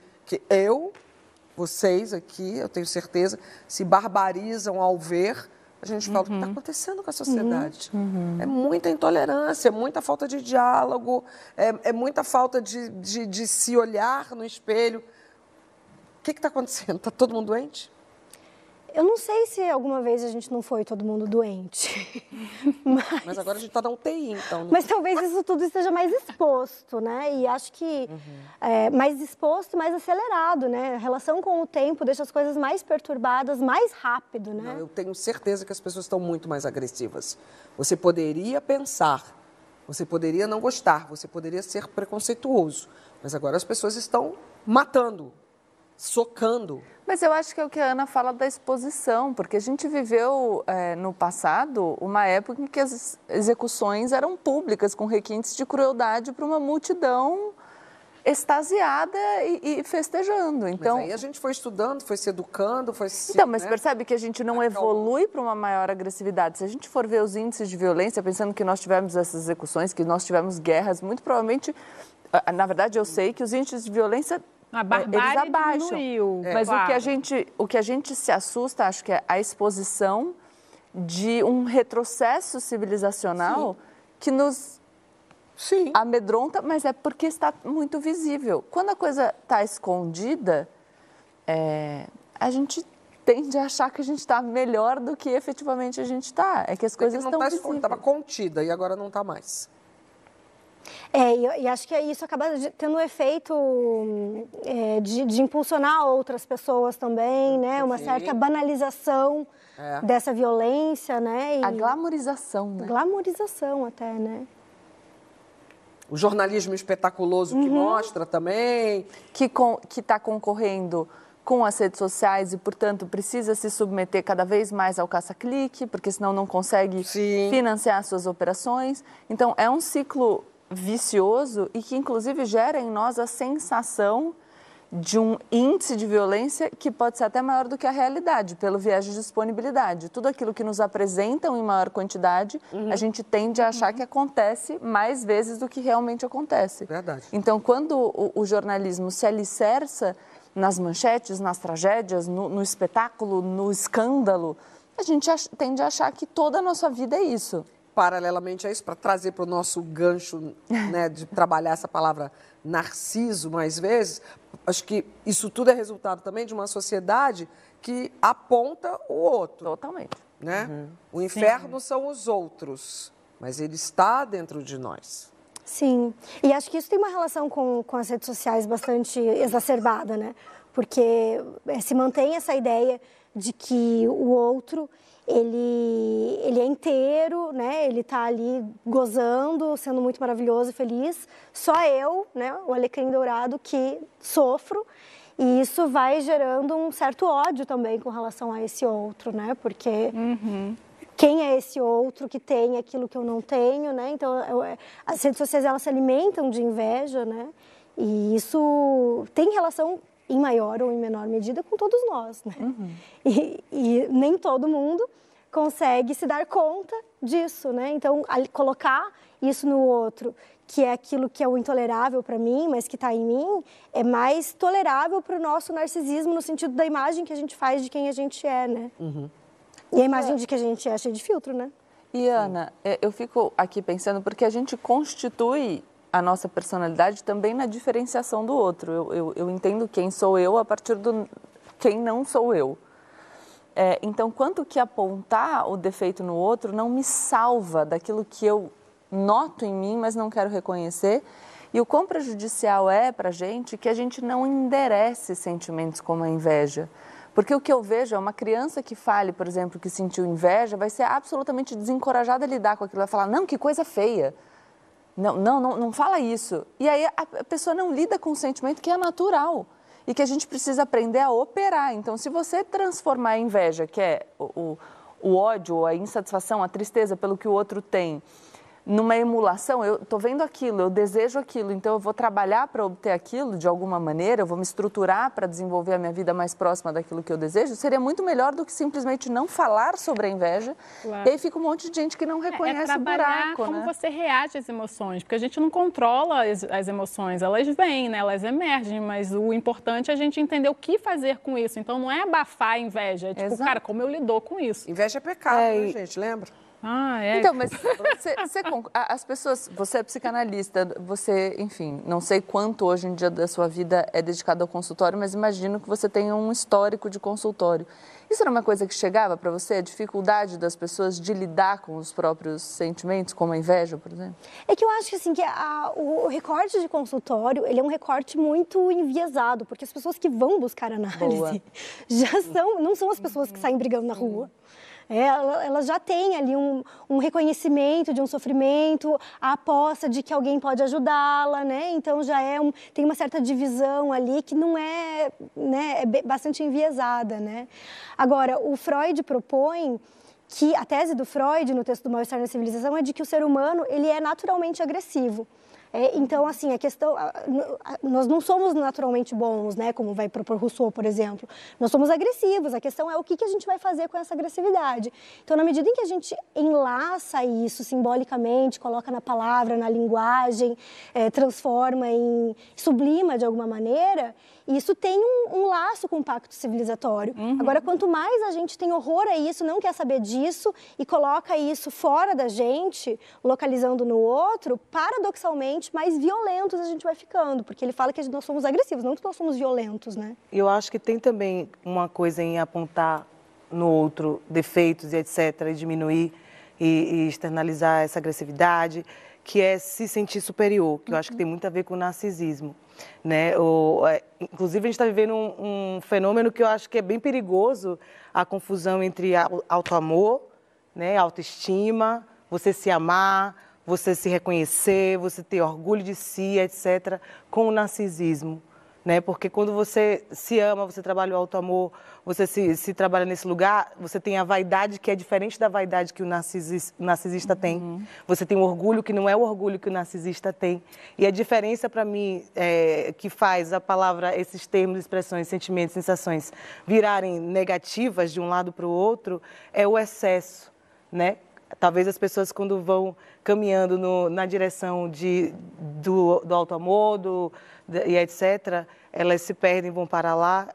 vocês aqui, eu tenho certeza, se barbarizam ao ver, a gente fala, o que está acontecendo com a sociedade? É muita intolerância, é muita falta de diálogo, é muita falta de se olhar no espelho. O que está acontecendo? Está todo mundo doente? Eu não sei se alguma vez a gente não foi todo mundo doente. Mas agora a gente está na UTI, então. Mas talvez isso tudo esteja mais exposto, né? E acho que mais exposto, mais acelerado, né? A relação com o tempo deixa as coisas mais perturbadas, mais rápido, né? Não, eu tenho certeza que as pessoas estão muito mais agressivas. Você poderia pensar, você poderia não gostar, você poderia ser preconceituoso, mas agora as pessoas estão matando, socando. Mas eu acho que é o que a Ana fala da exposição, porque a gente viveu no passado uma época em que as execuções eram públicas, com requintes de crueldade para uma multidão extasiada e festejando. Então, mas aí a gente foi estudando, foi se educando, foi se... Então, mas percebe que a gente não evolui para uma maior agressividade. Se a gente for ver os índices de violência, pensando que nós tivemos essas execuções, que nós tivemos guerras, muito provavelmente, na verdade eu sei que os índices de violência... A barbárie eles abaixam. Diminuiu. Mas claro. o que a gente se assusta, acho que é a exposição de um retrocesso civilizacional que nos Sim. amedronta, mas é porque está muito visível. Quando a coisa está escondida, a gente tende a achar que a gente está melhor do que efetivamente a gente está. É que as coisas estão visíveis. Estava contida e agora não está mais. E acho que isso acaba tendo um efeito de impulsionar outras pessoas também, né? Uma certa banalização dessa violência, né? A glamorização, né? Glamorização até, né? O jornalismo espetaculoso que mostra também. Que está concorrendo com as redes sociais e, portanto, precisa se submeter cada vez mais ao caça-clique, porque senão não consegue financiar suas operações. Então, é um ciclo vicioso e que, inclusive, gera em nós a sensação de um índice de violência que pode ser até maior do que a realidade, pelo viés de disponibilidade. Tudo aquilo que nos apresentam em maior quantidade, a gente tende a achar que acontece mais vezes do que realmente acontece. Verdade. Então, quando o jornalismo se alicerça nas manchetes, nas tragédias, no espetáculo, no escândalo, a gente tende a achar que toda a nossa vida é isso. Paralelamente a isso, para trazer para o nosso gancho, né, de trabalhar essa palavra narciso mais vezes, acho que isso tudo é resultado também de uma sociedade que aponta o outro. Totalmente. Né? O inferno são os outros, mas ele está dentro de nós. Sim, e acho que isso tem uma relação com as redes sociais bastante exacerbada, né? Porque se mantém essa ideia de que o outro, ele é inteiro, né? Ele está ali gozando, sendo muito maravilhoso e feliz. Só eu, né? O alecrim dourado, que sofro. E isso vai gerando um certo ódio também com relação a esse outro, né? Porque quem é esse outro que tem aquilo que eu não tenho, né? Então, as redes sociais, elas se alimentam de inveja, né? E isso tem relação, em maior ou em menor medida, com todos nós, né? E nem todo mundo consegue se dar conta disso, né? Então, colocar isso no outro, que é aquilo que é o intolerável para mim, mas que está em mim, é mais tolerável para o nosso narcisismo, no sentido da imagem que a gente faz de quem a gente é, né? E a imagem de que a gente é cheia de filtro, né? E, Ana, eu fico aqui pensando, porque a gente constitui a nossa personalidade também na diferenciação do outro. Eu entendo quem sou eu a partir do quem não sou eu. Então, quanto que apontar o defeito no outro não me salva daquilo que eu noto em mim, mas não quero reconhecer. E o quão prejudicial é para a gente que a gente não enderece sentimentos como a inveja. Porque o que eu vejo é uma criança que fale, por exemplo, que sentiu inveja, vai ser absolutamente desencorajada a lidar com aquilo. Vai falar, não, que coisa feia. Não fala isso. E aí a pessoa não lida com um sentimento que é natural e que a gente precisa aprender a operar. Então, se você transformar a inveja, que é o ódio, a insatisfação, a tristeza pelo que o outro tem, numa emulação, eu estou vendo aquilo, eu desejo aquilo, então eu vou trabalhar para obter aquilo de alguma maneira, eu vou me estruturar para desenvolver a minha vida mais próxima daquilo que eu desejo, seria muito melhor do que simplesmente não falar sobre a inveja. Claro. E aí fica um monte de gente que não reconhece o buraco, como né? você reage às emoções, porque a gente não controla as emoções, elas vêm, né? Elas emergem, mas o importante é a gente entender o que fazer com isso. Então não é abafar a inveja, é tipo, cara, como eu lido com isso. Inveja é pecado, né, gente? Lembra? Então, mas as pessoas, você é psicanalista, você, enfim, não sei quanto hoje em dia da sua vida é dedicado ao consultório, mas imagino que você tenha um histórico de consultório. Isso era uma coisa que chegava para você, a dificuldade das pessoas de lidar com os próprios sentimentos, como a inveja, por exemplo? É que eu acho que, assim, que o recorte de consultório, ele é um recorte muito enviesado, porque as pessoas que vão buscar análise não são as pessoas que saem brigando na rua. Ela já tem ali um reconhecimento de um sofrimento, a aposta de que alguém pode ajudá-la, né? Então já tem uma certa divisão ali que não é, né, é bastante enviesada, né? Agora, o Freud propõe que a tese do Freud no texto do Mal-Estar na Civilização é de que o ser humano ele é naturalmente agressivo. Então, assim, a questão... Nós não somos naturalmente bons, né? Como vai propor Rousseau, por exemplo. Nós somos agressivos. A questão é o que a gente vai fazer com essa agressividade. Então, na medida em que a gente enlaça isso simbolicamente, coloca na palavra, na linguagem, transforma sublima de alguma maneira, isso tem um laço com o pacto civilizatório. Agora, quanto mais a gente tem horror a isso, não quer saber disso e coloca isso fora da gente, localizando no outro, paradoxalmente, mais violentos a gente vai ficando, porque ele fala que nós somos agressivos, não que nós somos violentos, né? Eu acho que tem também uma coisa em apontar no outro defeitos e etc, e diminuir e externalizar essa agressividade, que é se sentir superior, que eu acho que tem muito a ver com o narcisismo, né? Inclusive, a gente está vivendo um fenômeno que eu acho que é bem perigoso, a confusão entre autoamor, né? Autoestima, você se amar, você se reconhecer, você ter orgulho de si, etc., com o narcisismo. Né? Porque quando você se ama, você trabalha o autoamor, você se trabalha nesse lugar, você tem a vaidade que é diferente da vaidade que o narcisista tem. Você tem um orgulho que não é o orgulho que o narcisista tem. E a diferença, para mim, que faz a palavra, esses termos, expressões, sentimentos, sensações virarem negativas de um lado para o outro, é o excesso, né? Talvez as pessoas, quando vão caminhando na direção do autoamor, e etc., elas se perdem, vão para lá.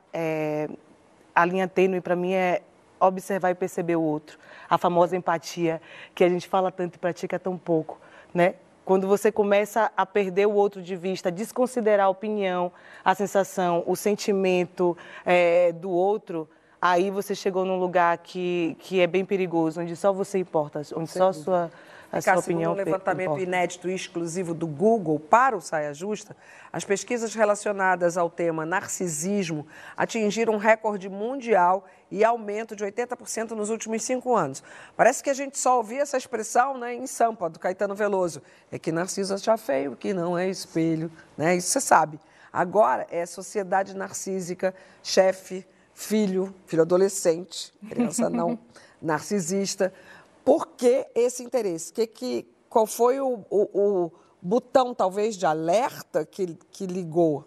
A linha tênue, para mim, é observar e perceber o outro. A famosa empatia, que a gente fala tanto e pratica tão pouco, né? Quando você começa a perder o outro de vista, desconsiderar a opinião, a sensação, o sentimento do outro, aí você chegou num lugar que é bem perigoso, onde só você importa, onde só a sua opinião Segundo um levantamento importa. inédito e exclusivo do Google para o Saia Justa, as pesquisas relacionadas ao tema narcisismo atingiram um recorde mundial e aumento de 80% nos últimos 5 anos. Parece que a gente só ouvia essa expressão, né, em Sampa, do Caetano Veloso. É que Narciso acha feio, que não é espelho, né? Isso você sabe. Agora é sociedade narcísica, chefe, filho adolescente, criança não, narcisista. Por que esse interesse? Qual foi o botão, talvez, de alerta que ligou?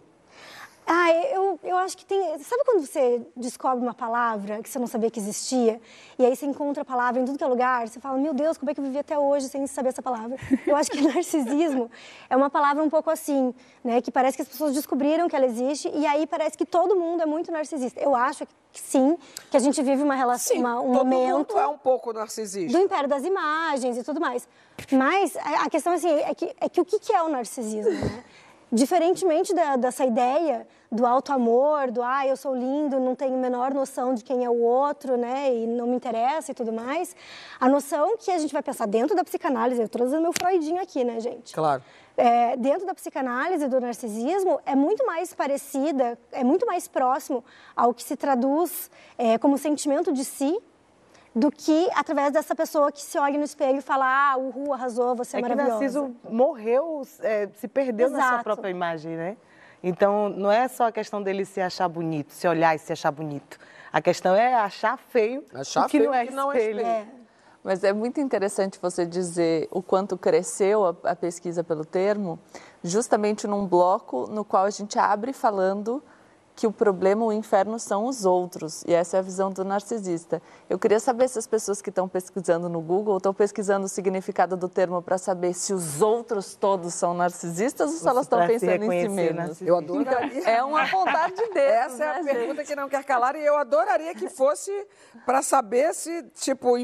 Eu acho que tem... Sabe quando você descobre uma palavra que você não sabia que existia? E aí você encontra a palavra em tudo que é lugar, você fala, meu Deus, como é que eu vivi até hoje sem saber essa palavra? Eu acho que narcisismo é uma palavra um pouco assim, né? Que parece que as pessoas descobriram que ela existe e aí parece que todo mundo é muito narcisista. Eu acho que sim, que a gente vive uma relação, um momento... Todo mundo é um pouco narcisista. Do império das imagens e tudo mais. Mas a questão assim, é que o que é o narcisismo, né? Diferentemente dessa ideia do autoamor, eu sou lindo, não tenho a menor noção de quem é o outro, né, e não me interessa e tudo mais, a noção que a gente vai pensar dentro da psicanálise, eu estou trazendo meu freudinho aqui, né, gente? Claro. Dentro da psicanálise do narcisismo, é muito mais parecida, é muito mais próximo ao que se traduz como sentimento de si, do que através dessa pessoa que se olha no espelho e fala, arrasou, você é maravilhosa. Que Narciso morreu, se perdeu na sua própria imagem, né? Então, não é só a questão dele se achar bonito, se olhar e se achar bonito. A questão é achar feio o que não é espelho. Mas é muito interessante você dizer o quanto cresceu a pesquisa pelo termo, justamente num bloco no qual a gente abre falando que o problema, o inferno, são os outros. E essa é a visão do narcisista. Eu queria saber se as pessoas que estão pesquisando no Google estão pesquisando o significado do termo para saber se os outros todos são narcisistas ou se elas estão pensando em si mesmas. Eu adoraria. É uma vontade de Deus. Essa é a pergunta que não quer calar e eu adoraria que fosse para saber se, tipo,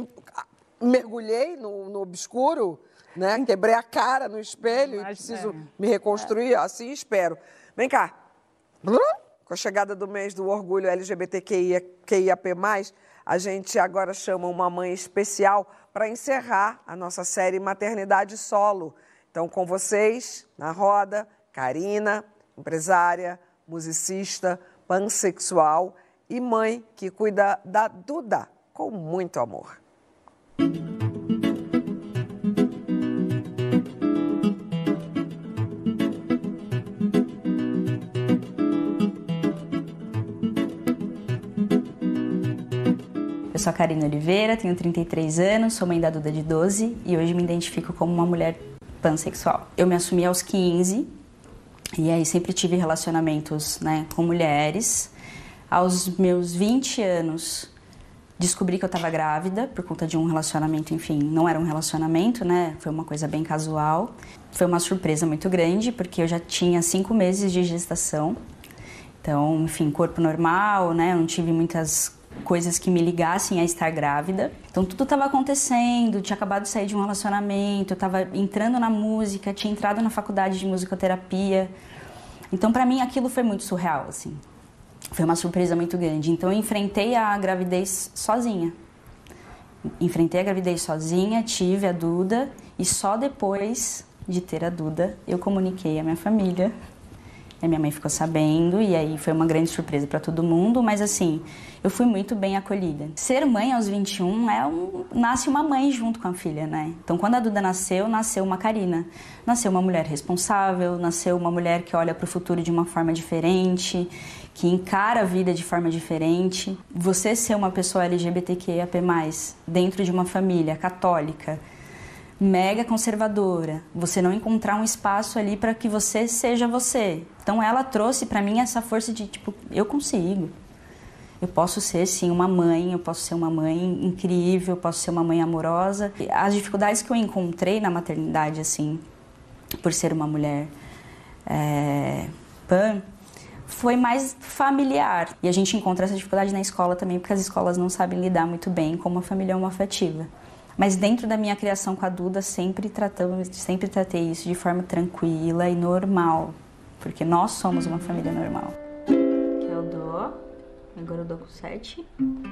mergulhei no obscuro, né? Quebrei a cara no espelho e preciso me reconstruir. Assim espero. Vem cá. Com a chegada do mês do orgulho LGBTQIAP+, a gente agora chama uma mãe especial para encerrar a nossa série Maternidade Solo. Então, com vocês, na roda, Karina, empresária, musicista, pansexual e mãe que cuida da Duda com muito amor. Eu sou a Karina Oliveira, tenho 33 anos, sou mãe da Duda de 12 e hoje me identifico como uma mulher pansexual. Eu me assumi aos 15 e aí sempre tive relacionamentos, né, com mulheres. Aos meus 20 anos, descobri que eu estava grávida por conta de um relacionamento, enfim, não era um relacionamento, né, foi uma coisa bem casual. Foi uma surpresa muito grande, porque eu já tinha 5 meses de gestação. Então, enfim, corpo normal, né, eu não tive muitas coisas que me ligassem a estar grávida. Então tudo estava acontecendo, tinha acabado de sair de um relacionamento, eu estava entrando na música, tinha entrado na faculdade de musicoterapia. Então para mim aquilo foi muito surreal, assim. Foi uma surpresa muito grande. Então eu enfrentei a gravidez sozinha. Tive a Duda e só depois de ter a Duda eu comuniquei à minha família. A minha mãe ficou sabendo e aí foi uma grande surpresa para todo mundo, mas assim, eu fui muito bem acolhida. Ser mãe aos 21 nasce uma mãe junto com a filha, né? Então quando a Duda nasceu uma Karina. Nasceu uma mulher responsável, nasceu uma mulher que olha para o futuro de uma forma diferente, que encara a vida de forma diferente. Você ser uma pessoa LGBTQIAP+, dentro de uma família católica, mega conservadora, você não encontrar um espaço ali para que você seja você. Então ela trouxe para mim essa força de tipo, eu consigo. Eu posso ser sim uma mãe, eu posso ser uma mãe incrível, eu posso ser uma mãe amorosa. As dificuldades que eu encontrei na maternidade, assim, por ser uma mulher pan, foi mais familiar. E a gente encontra essa dificuldade na escola também, porque as escolas não sabem lidar muito bem com uma família homoafetiva. Mas dentro da minha criação com a Duda, sempre tratei isso de forma tranquila e normal. Porque nós somos uma família normal. Aqui é o Dó. Agora eu dou com 7.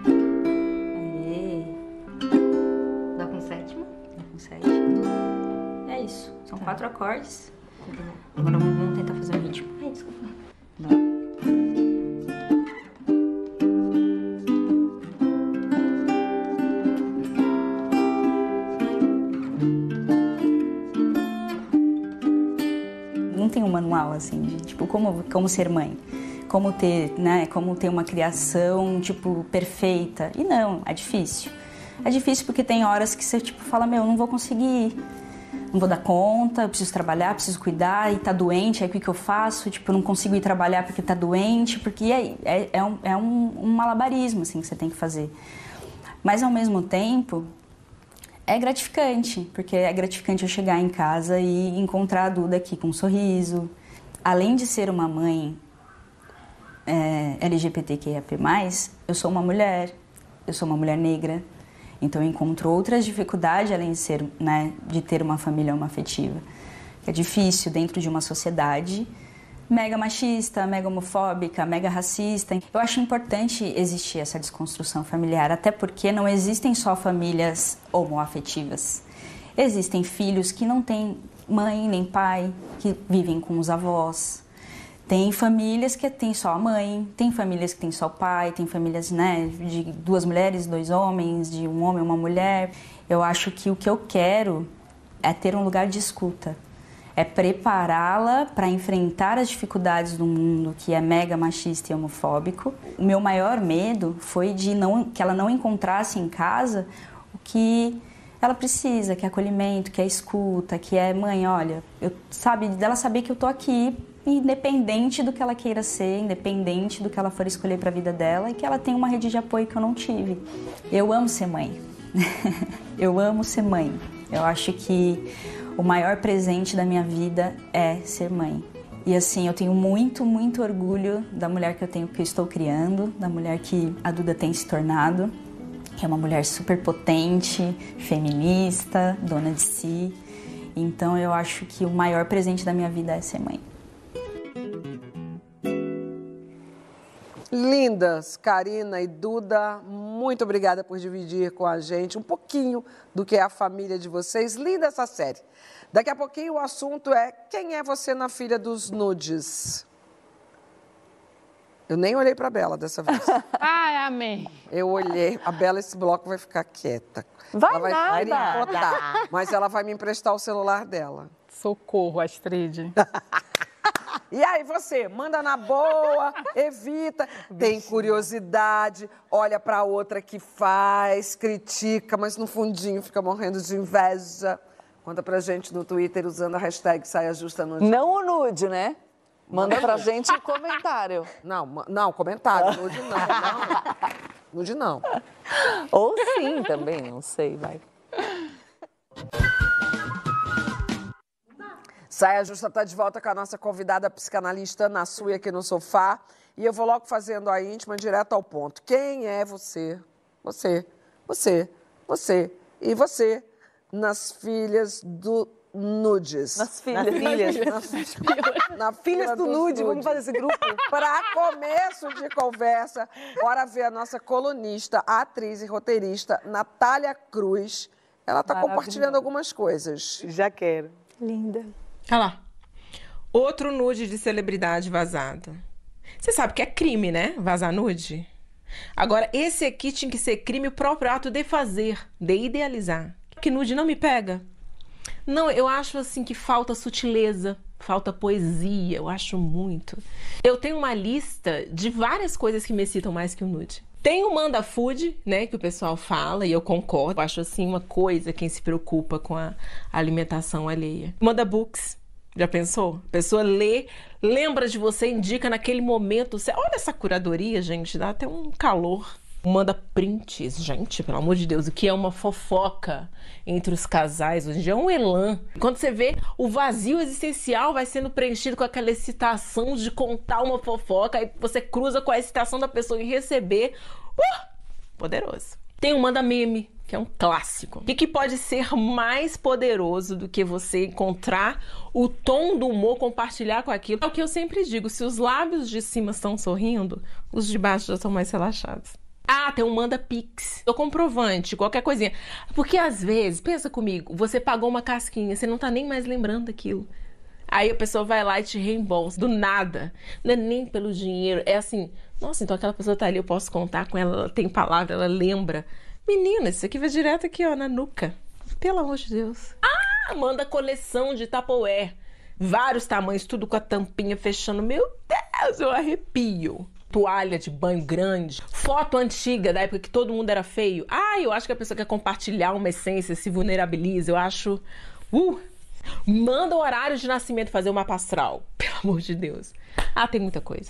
Aê. Dó com 7. Dó com 7. É isso. São 4 acordes. Agora vamos tentar fazer um ritmo. Ai, desculpa. Dó. Não tem um manual, assim, de, tipo, como ser mãe, como ter uma criação, tipo, perfeita. E não, é difícil. É difícil porque tem horas que você, tipo, fala, não vou conseguir, não vou dar conta, eu preciso trabalhar, preciso cuidar, e tá doente, aí o que eu faço? Tipo, eu não consigo ir trabalhar porque tá doente, porque é um malabarismo, assim, que você tem que fazer. Mas, ao mesmo tempo, é gratificante, porque é gratificante eu chegar em casa e encontrar a Duda aqui com um sorriso. Além de ser uma mãe LGBTQIAP+, eu sou uma mulher negra, então eu encontro outras dificuldades além de ser, né, de ter uma família homoafetiva. É difícil dentro de uma sociedade mega machista, mega homofóbica, mega racista. Eu acho importante existir essa desconstrução familiar, até porque não existem só famílias homoafetivas. Existem filhos que não têm mãe nem pai, que vivem com os avós. Tem famílias que têm só a mãe, tem famílias que têm só o pai, tem famílias, né, de 2 mulheres, 2 homens, de um homem e uma mulher. Eu acho que o que eu quero é ter um lugar de escuta. É prepará-la para enfrentar as dificuldades do mundo que é mega machista e homofóbico. O meu maior medo foi de que ela não encontrasse em casa o que ela precisa, que é acolhimento, que é escuta, que é, mãe, olha, dela saber que eu tô aqui, independente do que ela queira ser, independente do que ela for escolher para a vida dela, e que ela tem uma rede de apoio que eu não tive. Eu amo ser mãe. Eu amo ser mãe. Eu acho que o maior presente da minha vida é ser mãe. E assim, eu tenho muito, muito orgulho da mulher que eu estou criando, da mulher que a Duda tem se tornado, que é uma mulher super potente, feminista, dona de si. Então eu acho que o maior presente da minha vida é ser mãe. Lindas, Karina e Duda, muito obrigada por dividir com a gente um pouquinho do que é a família de vocês. Linda essa série. Daqui a pouquinho o assunto é quem é você na Filha dos Nudes. Eu nem olhei para a Bela dessa vez. Ai, amém. Eu olhei. A Bela, esse bloco vai ficar quieta. Vai nada. Mas ela vai me emprestar o celular dela. Socorro, Astrid. E aí você, manda na boa, evita, tem curiosidade, olha pra outra que faz, critica, mas no fundinho fica morrendo de inveja. Conta pra gente no Twitter usando a hashtag Saia Justa Nude. Não o nude, né? Manda pra gente um comentário. Não, comentário. Nude não. Nude não. Ou sim também, não sei, vai. Saia Justa está de volta com a nossa convidada psicanalista Ana Sui aqui no sofá. E eu vou logo fazendo a íntima direto ao ponto. Quem é você? Você e você nas filhas do Nudes. Nas filhas. Na Filhas do Nude, vamos fazer esse grupo? Para começo de conversa, bora ver a nossa colunista, a atriz e roteirista Natália Cruz. Ela está compartilhando algumas coisas. Já quero. Linda. Olha lá. Outro nude de celebridade vazado. Você sabe que é crime, né? Vazar nude. Agora, esse aqui tinha que ser crime o próprio ato de fazer, de idealizar. Que nude não me pega? Não, eu acho assim que falta sutileza, falta poesia, eu acho muito. Eu tenho uma lista de várias coisas que me excitam mais que o nude. Tem o manda food, né, que o pessoal fala, e eu concordo. Eu acho assim uma coisa quem se preocupa com a alimentação alheia. Manda books. Já pensou? A pessoa lê, lembra de você, indica naquele momento. Olha essa curadoria, gente, dá até um calor. Manda prints, gente, pelo amor de Deus, o que é uma fofoca entre os casais? Hoje em dia é um elan. Quando você vê o vazio existencial vai sendo preenchido com aquela excitação de contar uma fofoca, aí você cruza com a excitação da pessoa em receber. Poderoso. Tem o manda meme, que é um clássico. O que pode ser mais poderoso do que você encontrar o tom do humor, compartilhar com aquilo? É o que eu sempre digo, se os lábios de cima estão sorrindo, os de baixo já estão mais relaxados. Ah, tem um manda pix, o comprovante, qualquer coisinha. Porque às vezes, pensa comigo, você pagou uma casquinha, você não tá nem mais lembrando daquilo. Aí a pessoa vai lá e te reembolsa, do nada. Não é nem pelo dinheiro, é assim, nossa, então aquela pessoa tá ali, eu posso contar com ela, ela tem palavra, ela lembra. Menina, isso aqui vai direto aqui, ó, na nuca. Pelo amor de Deus. Ah, manda coleção de Tupperware. Vários tamanhos, tudo com a tampinha fechando. Meu Deus, eu arrepio. Toalha de banho grande, foto antiga da época que todo mundo era feio. Ah, eu acho que a pessoa quer compartilhar uma essência, se vulnerabiliza. Eu acho... Manda o horário de nascimento, fazer o mapa astral. Pelo amor de Deus. Ah, tem muita coisa.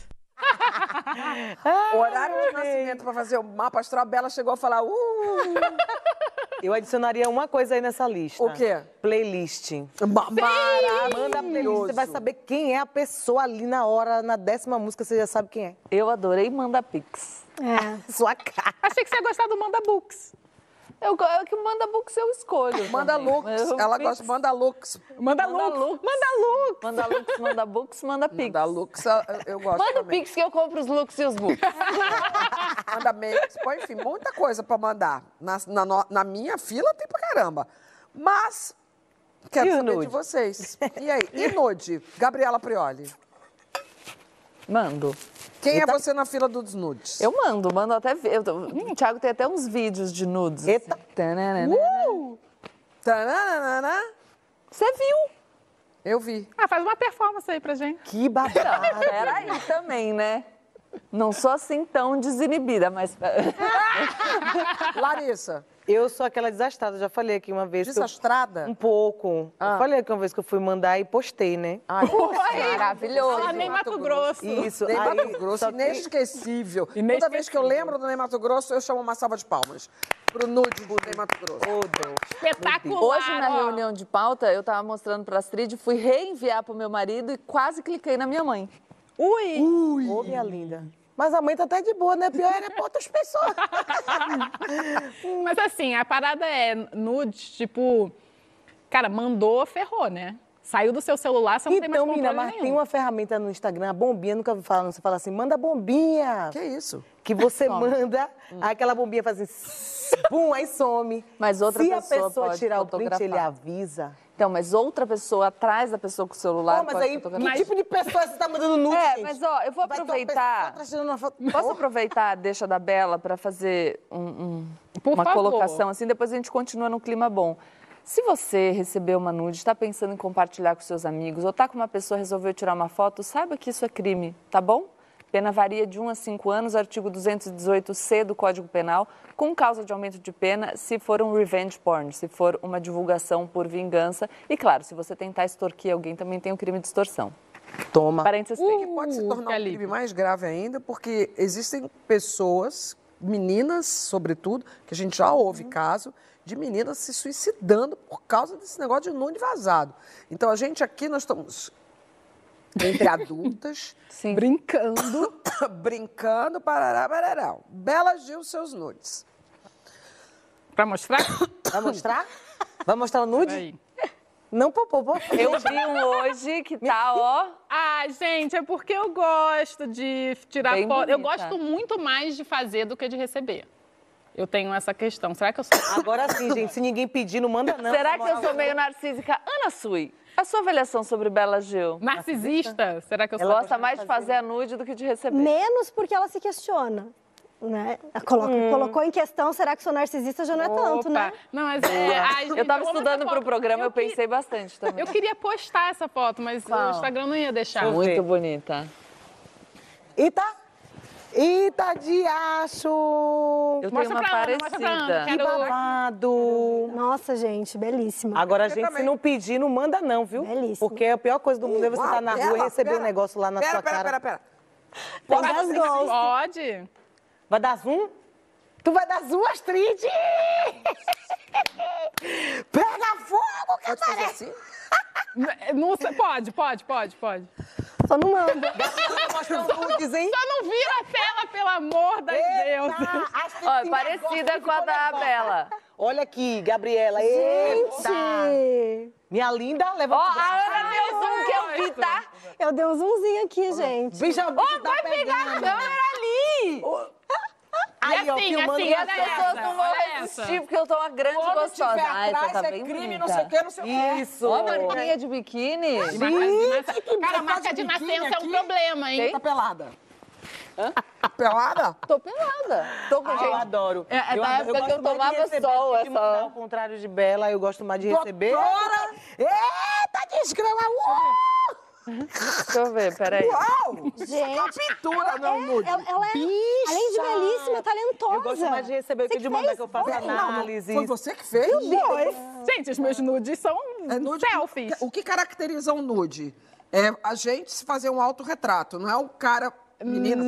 O horário de nascimento para fazer o mapa astral, a Bela chegou a falar... Eu adicionaria uma coisa aí nessa lista. O quê? Playlist. Maravilhoso. Manda a playlist, você vai saber quem é a pessoa ali na hora, na 10ª música, você já sabe quem é. Eu adorei Manda Pix. Sua cara. Achei que você ia gostar do Manda Books. Que o Manda Books eu escolho. Manda looks. Ela gosta de Manda looks. Manda looks. Manda looks. Manda looks, manda books, manda pix. Manda looks, eu gosto Manda também. pix que eu compro os looks e os books. Manda makes, enfim, muita coisa pra mandar. Na minha fila tem pra caramba. Mas, quero saber de vocês. E aí? E nude? Gabriela Prioli. Mando. Quem é você na fila dos nudes? Eu mando até ver. O Thiago tem até uns vídeos de nudes. Eita. Você viu? Eu vi. Ah, faz uma performance aí pra gente. Que babado. Peraí também, né? Não sou assim tão desinibida, mas... Larissa. Eu sou aquela desastrada, já falei aqui uma vez. Desastrada? Um pouco. Eu falei aqui uma vez que eu fui mandar e postei, né? Ai, maravilhoso. Lá nem Mato Grosso. Isso. Ney aí, Mato Grosso, só que- inesquecível. Toda vez que eu lembro do Ney Mato Grosso, eu chamo uma salva de palmas. Pro nude do Ney Mato Grosso. Espetacular. Hoje, na ó. reunião de pauta, eu tava mostrando pra Astrid, fui reenviar pro meu marido e quase cliquei na minha mãe. Ui! Ô, minha linda. Mas a mãe tá até de boa, né? Pior era pra outras pessoas. Mas assim, a parada é nude, tipo... Cara, mandou, ferrou, né? Saiu do seu celular, você não tem mais Então, controle menina, mas nenhum. tem uma ferramenta no Instagram, a bombinha, nunca ouvi falar, você fala assim, manda bombinha. Que isso? Que você manda, aí aquela bombinha faz assim, pum, aí some. Mas outra Se pessoa a pessoa pode tirar o print, fotografar. ele avisa. Então, mas outra pessoa atrás da pessoa com o celular Mas pode aí, fotografar. que tipo de pessoa você tá mandando nude, gente? Mas ó, eu vou Vai ter uma aproveitar... pessoa tirando uma foto. Posso aproveitar a deixa da Bela para fazer Por uma favor. colocação assim? Depois a gente continua no clima bom. Se você recebeu uma nude, está pensando em compartilhar com seus amigos, ou está com uma pessoa e resolveu tirar uma foto, saiba que isso é crime, tá bom? Pena varia de 1 a 5 anos, artigo 218C do Código Penal, com causa de aumento de pena se for um revenge porn, se for uma divulgação por vingança. E, claro, se você tentar extorquir alguém, também tem o crime de extorsão. Toma. Parênteses. Que pode se tornar um crime mais grave ainda, porque existem pessoas, meninas, sobretudo, que a gente já ouve caso, de meninas se suicidando por causa desse negócio de nude vazado. Então, a gente aqui, nós estamos entre adultas, sim, brincando, parará, parará. Bela Gil, seus nudes. Pra mostrar? Vai mostrar? Vai mostrar o nude? Não, pô. Eu vi um hoje que tá, ó... Ah, gente, é porque eu gosto de tirar Bem foto. Eu bonita. gosto muito mais de fazer do que de receber. Eu tenho essa questão. Será que eu sou... Agora sim, gente, se ninguém pedir, não manda não. Será que eu sou meio narcísica? Ana Sui, a sua avaliação sobre Bela Gil? Narcisista? Será que eu sou... Ela gosta mais de fazer a nude do que de receber. Menos porque ela se questiona. Né? Colocou em questão, será que sou narcisista? Já não é tanto, né? Não, mas eu tava estudando pro programa, eu pensei bastante também. Eu queria postar essa foto, mas o Instagram não ia deixar. Muito bonita. Eita de acho! Eu tenho uma parecida. Que babado! Nossa, gente, belíssima. Agora, gente, se não pedir, não manda não, viu? Belíssima. Porque a pior coisa do mundo é você estar na rua e receber um negócio lá na sua cara. Pera. Tem das gols. Pode. Vai dar zoom? Tu vai dar zoom, Astrid! Pega fogo, que fazer assim? Não sei, pode. Só não manda. Mostra um nudes, hein? Só não vira a tela, pelo amor das deuses. Ó, parecida com a da Bela. Olha aqui, Gabriela. Gente! Eita. Minha linda, levanta. Ó, a Ana deu zoom que eu vi, tá? Eu dei um zoomzinho aqui, gente. Bicha, vai pegar a câmera ali! Aí, ó, filmando e as pessoas não vão resistir, porque eu tô uma grande gostosa. Ai, Ai, atrás tá é bem crime, bonita. não sei o que, não sei o que. Isso. Ó, marquinha de biquíni. Cara, marca de nascença é um problema, hein? Tá pelada. Pelada? Tô pelada. Tô com Eu gente. adoro. É da época que eu tomava sol, essa. Ao contrário de Bela, eu gosto mais de receber. Doutora! Eita, desgrama! Deixa eu ver, peraí. Uau! Gente, uma pintura, não nude. ela é, além de belíssima, talentosa. Eu gosto mais de receber o que de mandar que eu faço análise. Foi você que fez? Gente, os meus nudes são selfies. O que caracteriza um nude? É a gente se fazer um autorretrato, não é o cara... Menina,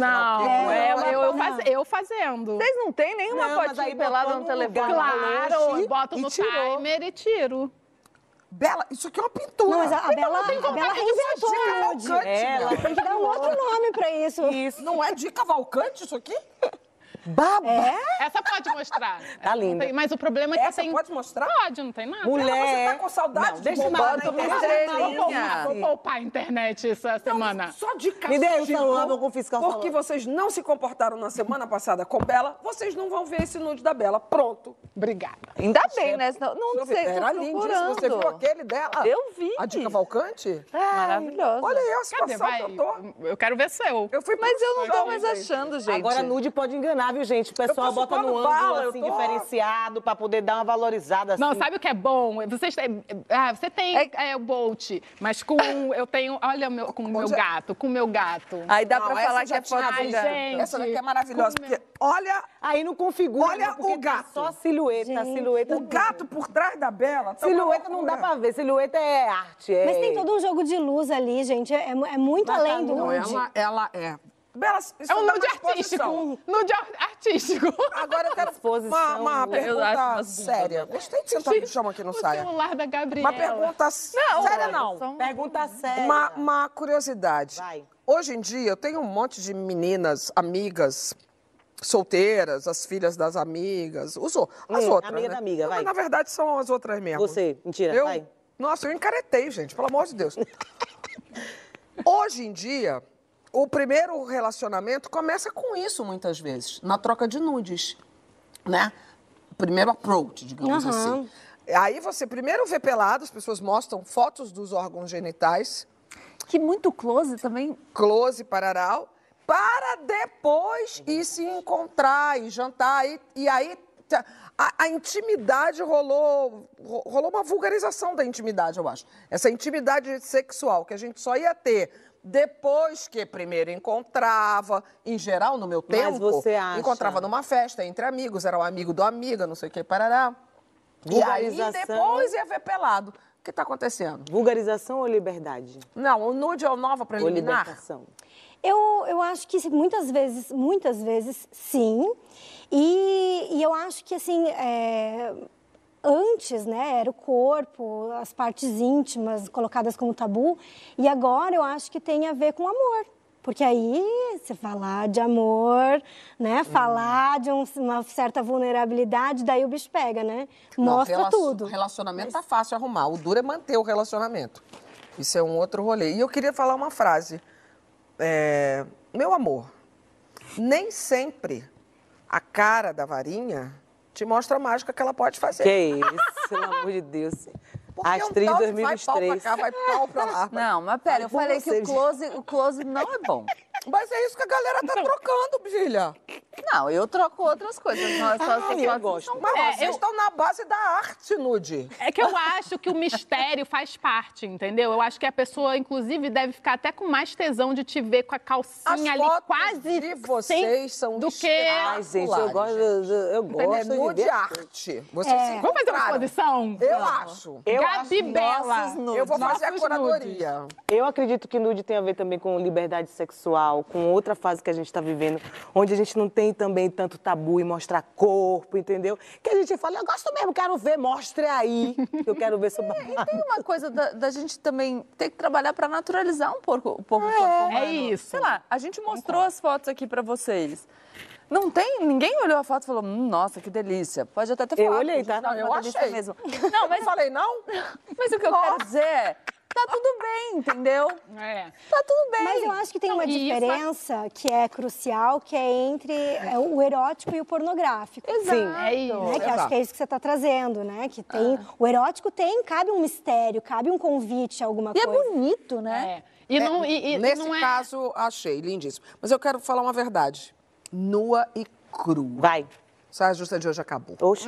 Não, eu fazendo. Vocês não tem nenhuma fotinha pelada no telefone? Claro, eu boto no timer e tiro. Bela, isso aqui é uma pintura. Não, mas a Bela reinventou o nude. Ela tem que dar um outro nome pra isso. Isso. Não é de Cavalcante isso aqui? Baba! Essa pode mostrar. Tá linda. Mas o problema é que Essa tem... pode mostrar? Pode, não tem nada. Você tá com saudade de deixa eu bombar mandar na uma internet? estrelinha. Vou poupar a internet essa semana. Só de castigo. Me dê o celular, vou confiscar o celular. Porque vocês não se comportaram na semana passada com Bela, vocês não vão ver esse nude da Bela. Pronto. Obrigada. Ainda bem, né? Senão, não sei, tô Era lindíssimo. procurando. Você viu aquele dela? Eu vi. A de Cavalcante? Maravilhosa. Olha aí a Cadê? situação Vai. que eu tô. Eu quero ver seu. Eu fui Mas eu não tô mais gente. achando, gente. Agora, nude pode enganar, viu, gente? O pessoal tô bota no chupando ângulo, bala, eu assim, tô- diferenciado, pra poder dar uma valorizada, assim. Não, sabe o que é bom? Você tem o Bolt, mas eu tenho... Olha com o meu gato, com o meu gato. Aí dá pra Não, essa falar que já é tinha foto visto. da gente. Essa daqui é maravilhosa, porque olha Aí não configura, Olha né, porque o gato. tá só a silhueta, a silhueta. o gato por trás da Bela. Tá Silhueta uma não dá loucura. pra ver, silhueta é arte. Mas tem todo um jogo de luz ali, gente. É muito além do Não, nude. ela é. Bela, isso É um dá nude uma exposição. artístico. Nude artístico. Agora eu quero Exposição, uma nude. Eu acho pergunta umas séria. Gostei de sentar no chão aqui no O saia. celular da Gabriela. Uma pergunta séria, não. Pergunta séria. Uma curiosidade. Vai. Hoje em dia, eu tenho um monte de meninas, amigas, solteiras, as filhas das amigas, as outras, amiga né? da amiga, vai. Mas, na verdade, são as outras mesmo. Você, mentira, eu, vai. Nossa, eu encaretei, gente, pelo amor de Deus. Hoje em dia, o primeiro relacionamento começa com isso, muitas vezes, na troca de nudes, né? Primeiro approach, digamos assim. Aí você primeiro vê pelado, as pessoas mostram fotos dos órgãos genitais. Que muito close também. Close, pararal, para depois ir se encontrar e jantar. E aí a intimidade rolou uma vulgarização da intimidade, eu acho. Essa intimidade sexual que a gente só ia ter depois que primeiro encontrava, em geral, no meu tempo, você acha... encontrava numa festa, entre amigos, era o amigo do amiga, não sei o que, parará. E aí depois ia ver pelado. O que está acontecendo? Vulgarização ou liberdade? Não, o nude é o nova preliminar. Ou libertação? Eu acho que muitas vezes sim. E eu acho que assim, antes, né, era o corpo, as partes íntimas colocadas como tabu. E agora eu acho que tem a ver com amor. Porque aí, você falar de amor, né? Falar de uma certa vulnerabilidade, daí o bicho pega, né? Mostra tudo. O relacionamento tá fácil arrumar. O duro é manter o relacionamento. Isso é um outro rolê. E eu queria falar uma frase. Meu amor, nem sempre a cara da varinha te mostra a mágica que ela pode fazer. Que isso, pelo amor de Deus. Astrid 2023. Vai pau pra cá, vai pau pra lá. Não, mas pera, eu falei que o close não é bom. Mas é isso que a galera tá trocando, filha. Não, eu troco outras coisas. Não é só assim, eu gosto. Mas vocês estão na base da arte, nude. É que eu acho que o mistério faz parte, entendeu? Eu acho que a pessoa, inclusive, deve ficar até com mais tesão de te ver com a calcinha ali quase de vocês são do que... Ai, gente, eu gosto é nude arte. Vocês se Vamos fazer uma exposição? Eu acho. Gabi Bela. Eu vou fazer a curadoria. Eu acredito que nude tem a ver também com liberdade sexual, com outra fase que a gente está vivendo, onde a gente não tem também tanto tabu em mostrar corpo, entendeu? Que a gente fala, eu gosto mesmo, quero ver, mostre aí, que eu quero ver seu babado. E tem uma coisa da gente também ter que trabalhar para naturalizar um pouco o corpo humano. É isso. Sei lá, a gente mostrou as fotos aqui para vocês. Não tem, ninguém olhou a foto e falou, nossa, que delícia. Pode até ter falado. Eu olhei, tá? Não, eu achei. Mesmo. Não, mas falei não? Mas o que eu quero dizer é, tá tudo bem, entendeu? Tá tudo bem. Mas eu acho que tem uma diferença que é crucial, que é entre o erótico e o pornográfico. Exato. Sim. É isso. Né? Que acho que é isso que você está trazendo, né? Que tem o erótico cabe um mistério, cabe um convite a alguma coisa. E é bonito, né? Nesse caso, achei lindíssimo. Mas eu quero falar uma verdade. Nua e crua. Vai. Saia Justa de hoje acabou. Oxe.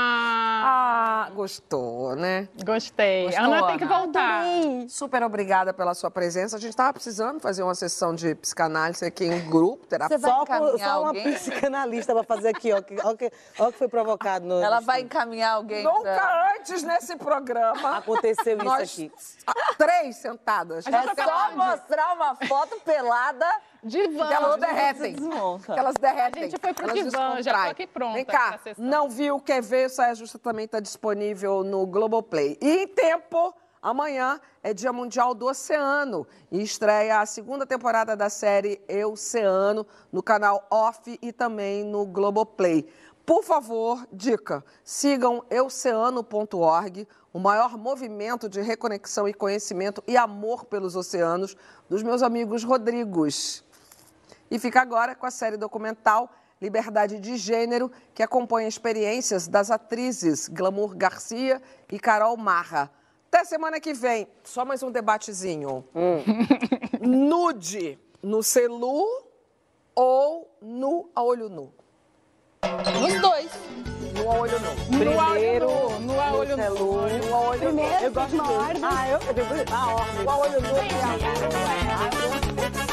Gostou, né? Gostei. Gostou, Ana tem que voltar. Super obrigada pela sua presença. A gente estava precisando fazer uma sessão de psicanálise aqui em grupo, terapia. Só uma psicanalista para fazer aqui, ó. Olha o que foi provocado no... Ela vai encaminhar alguém Nunca antes nesse programa aconteceu isso aqui. 3 sentadas. É só mostrar uma foto pelada de van. Que elas derretem. Que elas derretem. A gente foi pro divã, já tô aqui pronta. Vem cá, não viu, quer ver? Saia Justa também está disponível no Globoplay. E em tempo, amanhã é Dia Mundial do Oceano e estreia a 2ª temporada da série Euceano no canal Off e também no Globoplay. Por favor, dica, sigam euceano.org, o maior movimento de reconexão e conhecimento e amor pelos oceanos dos meus amigos Rodrigos. E fica agora com a série documental Liberdade de Gênero, que acompanha experiências das atrizes Glamour Garcia e Carol Marra. Até semana que vem, só mais um debatezinho. Nude no celu ou no a olho nu? Nos dois. No a olho nu. Primeiro, no a olho nu. No a olho nu. Eu gosto de... No a olho nu.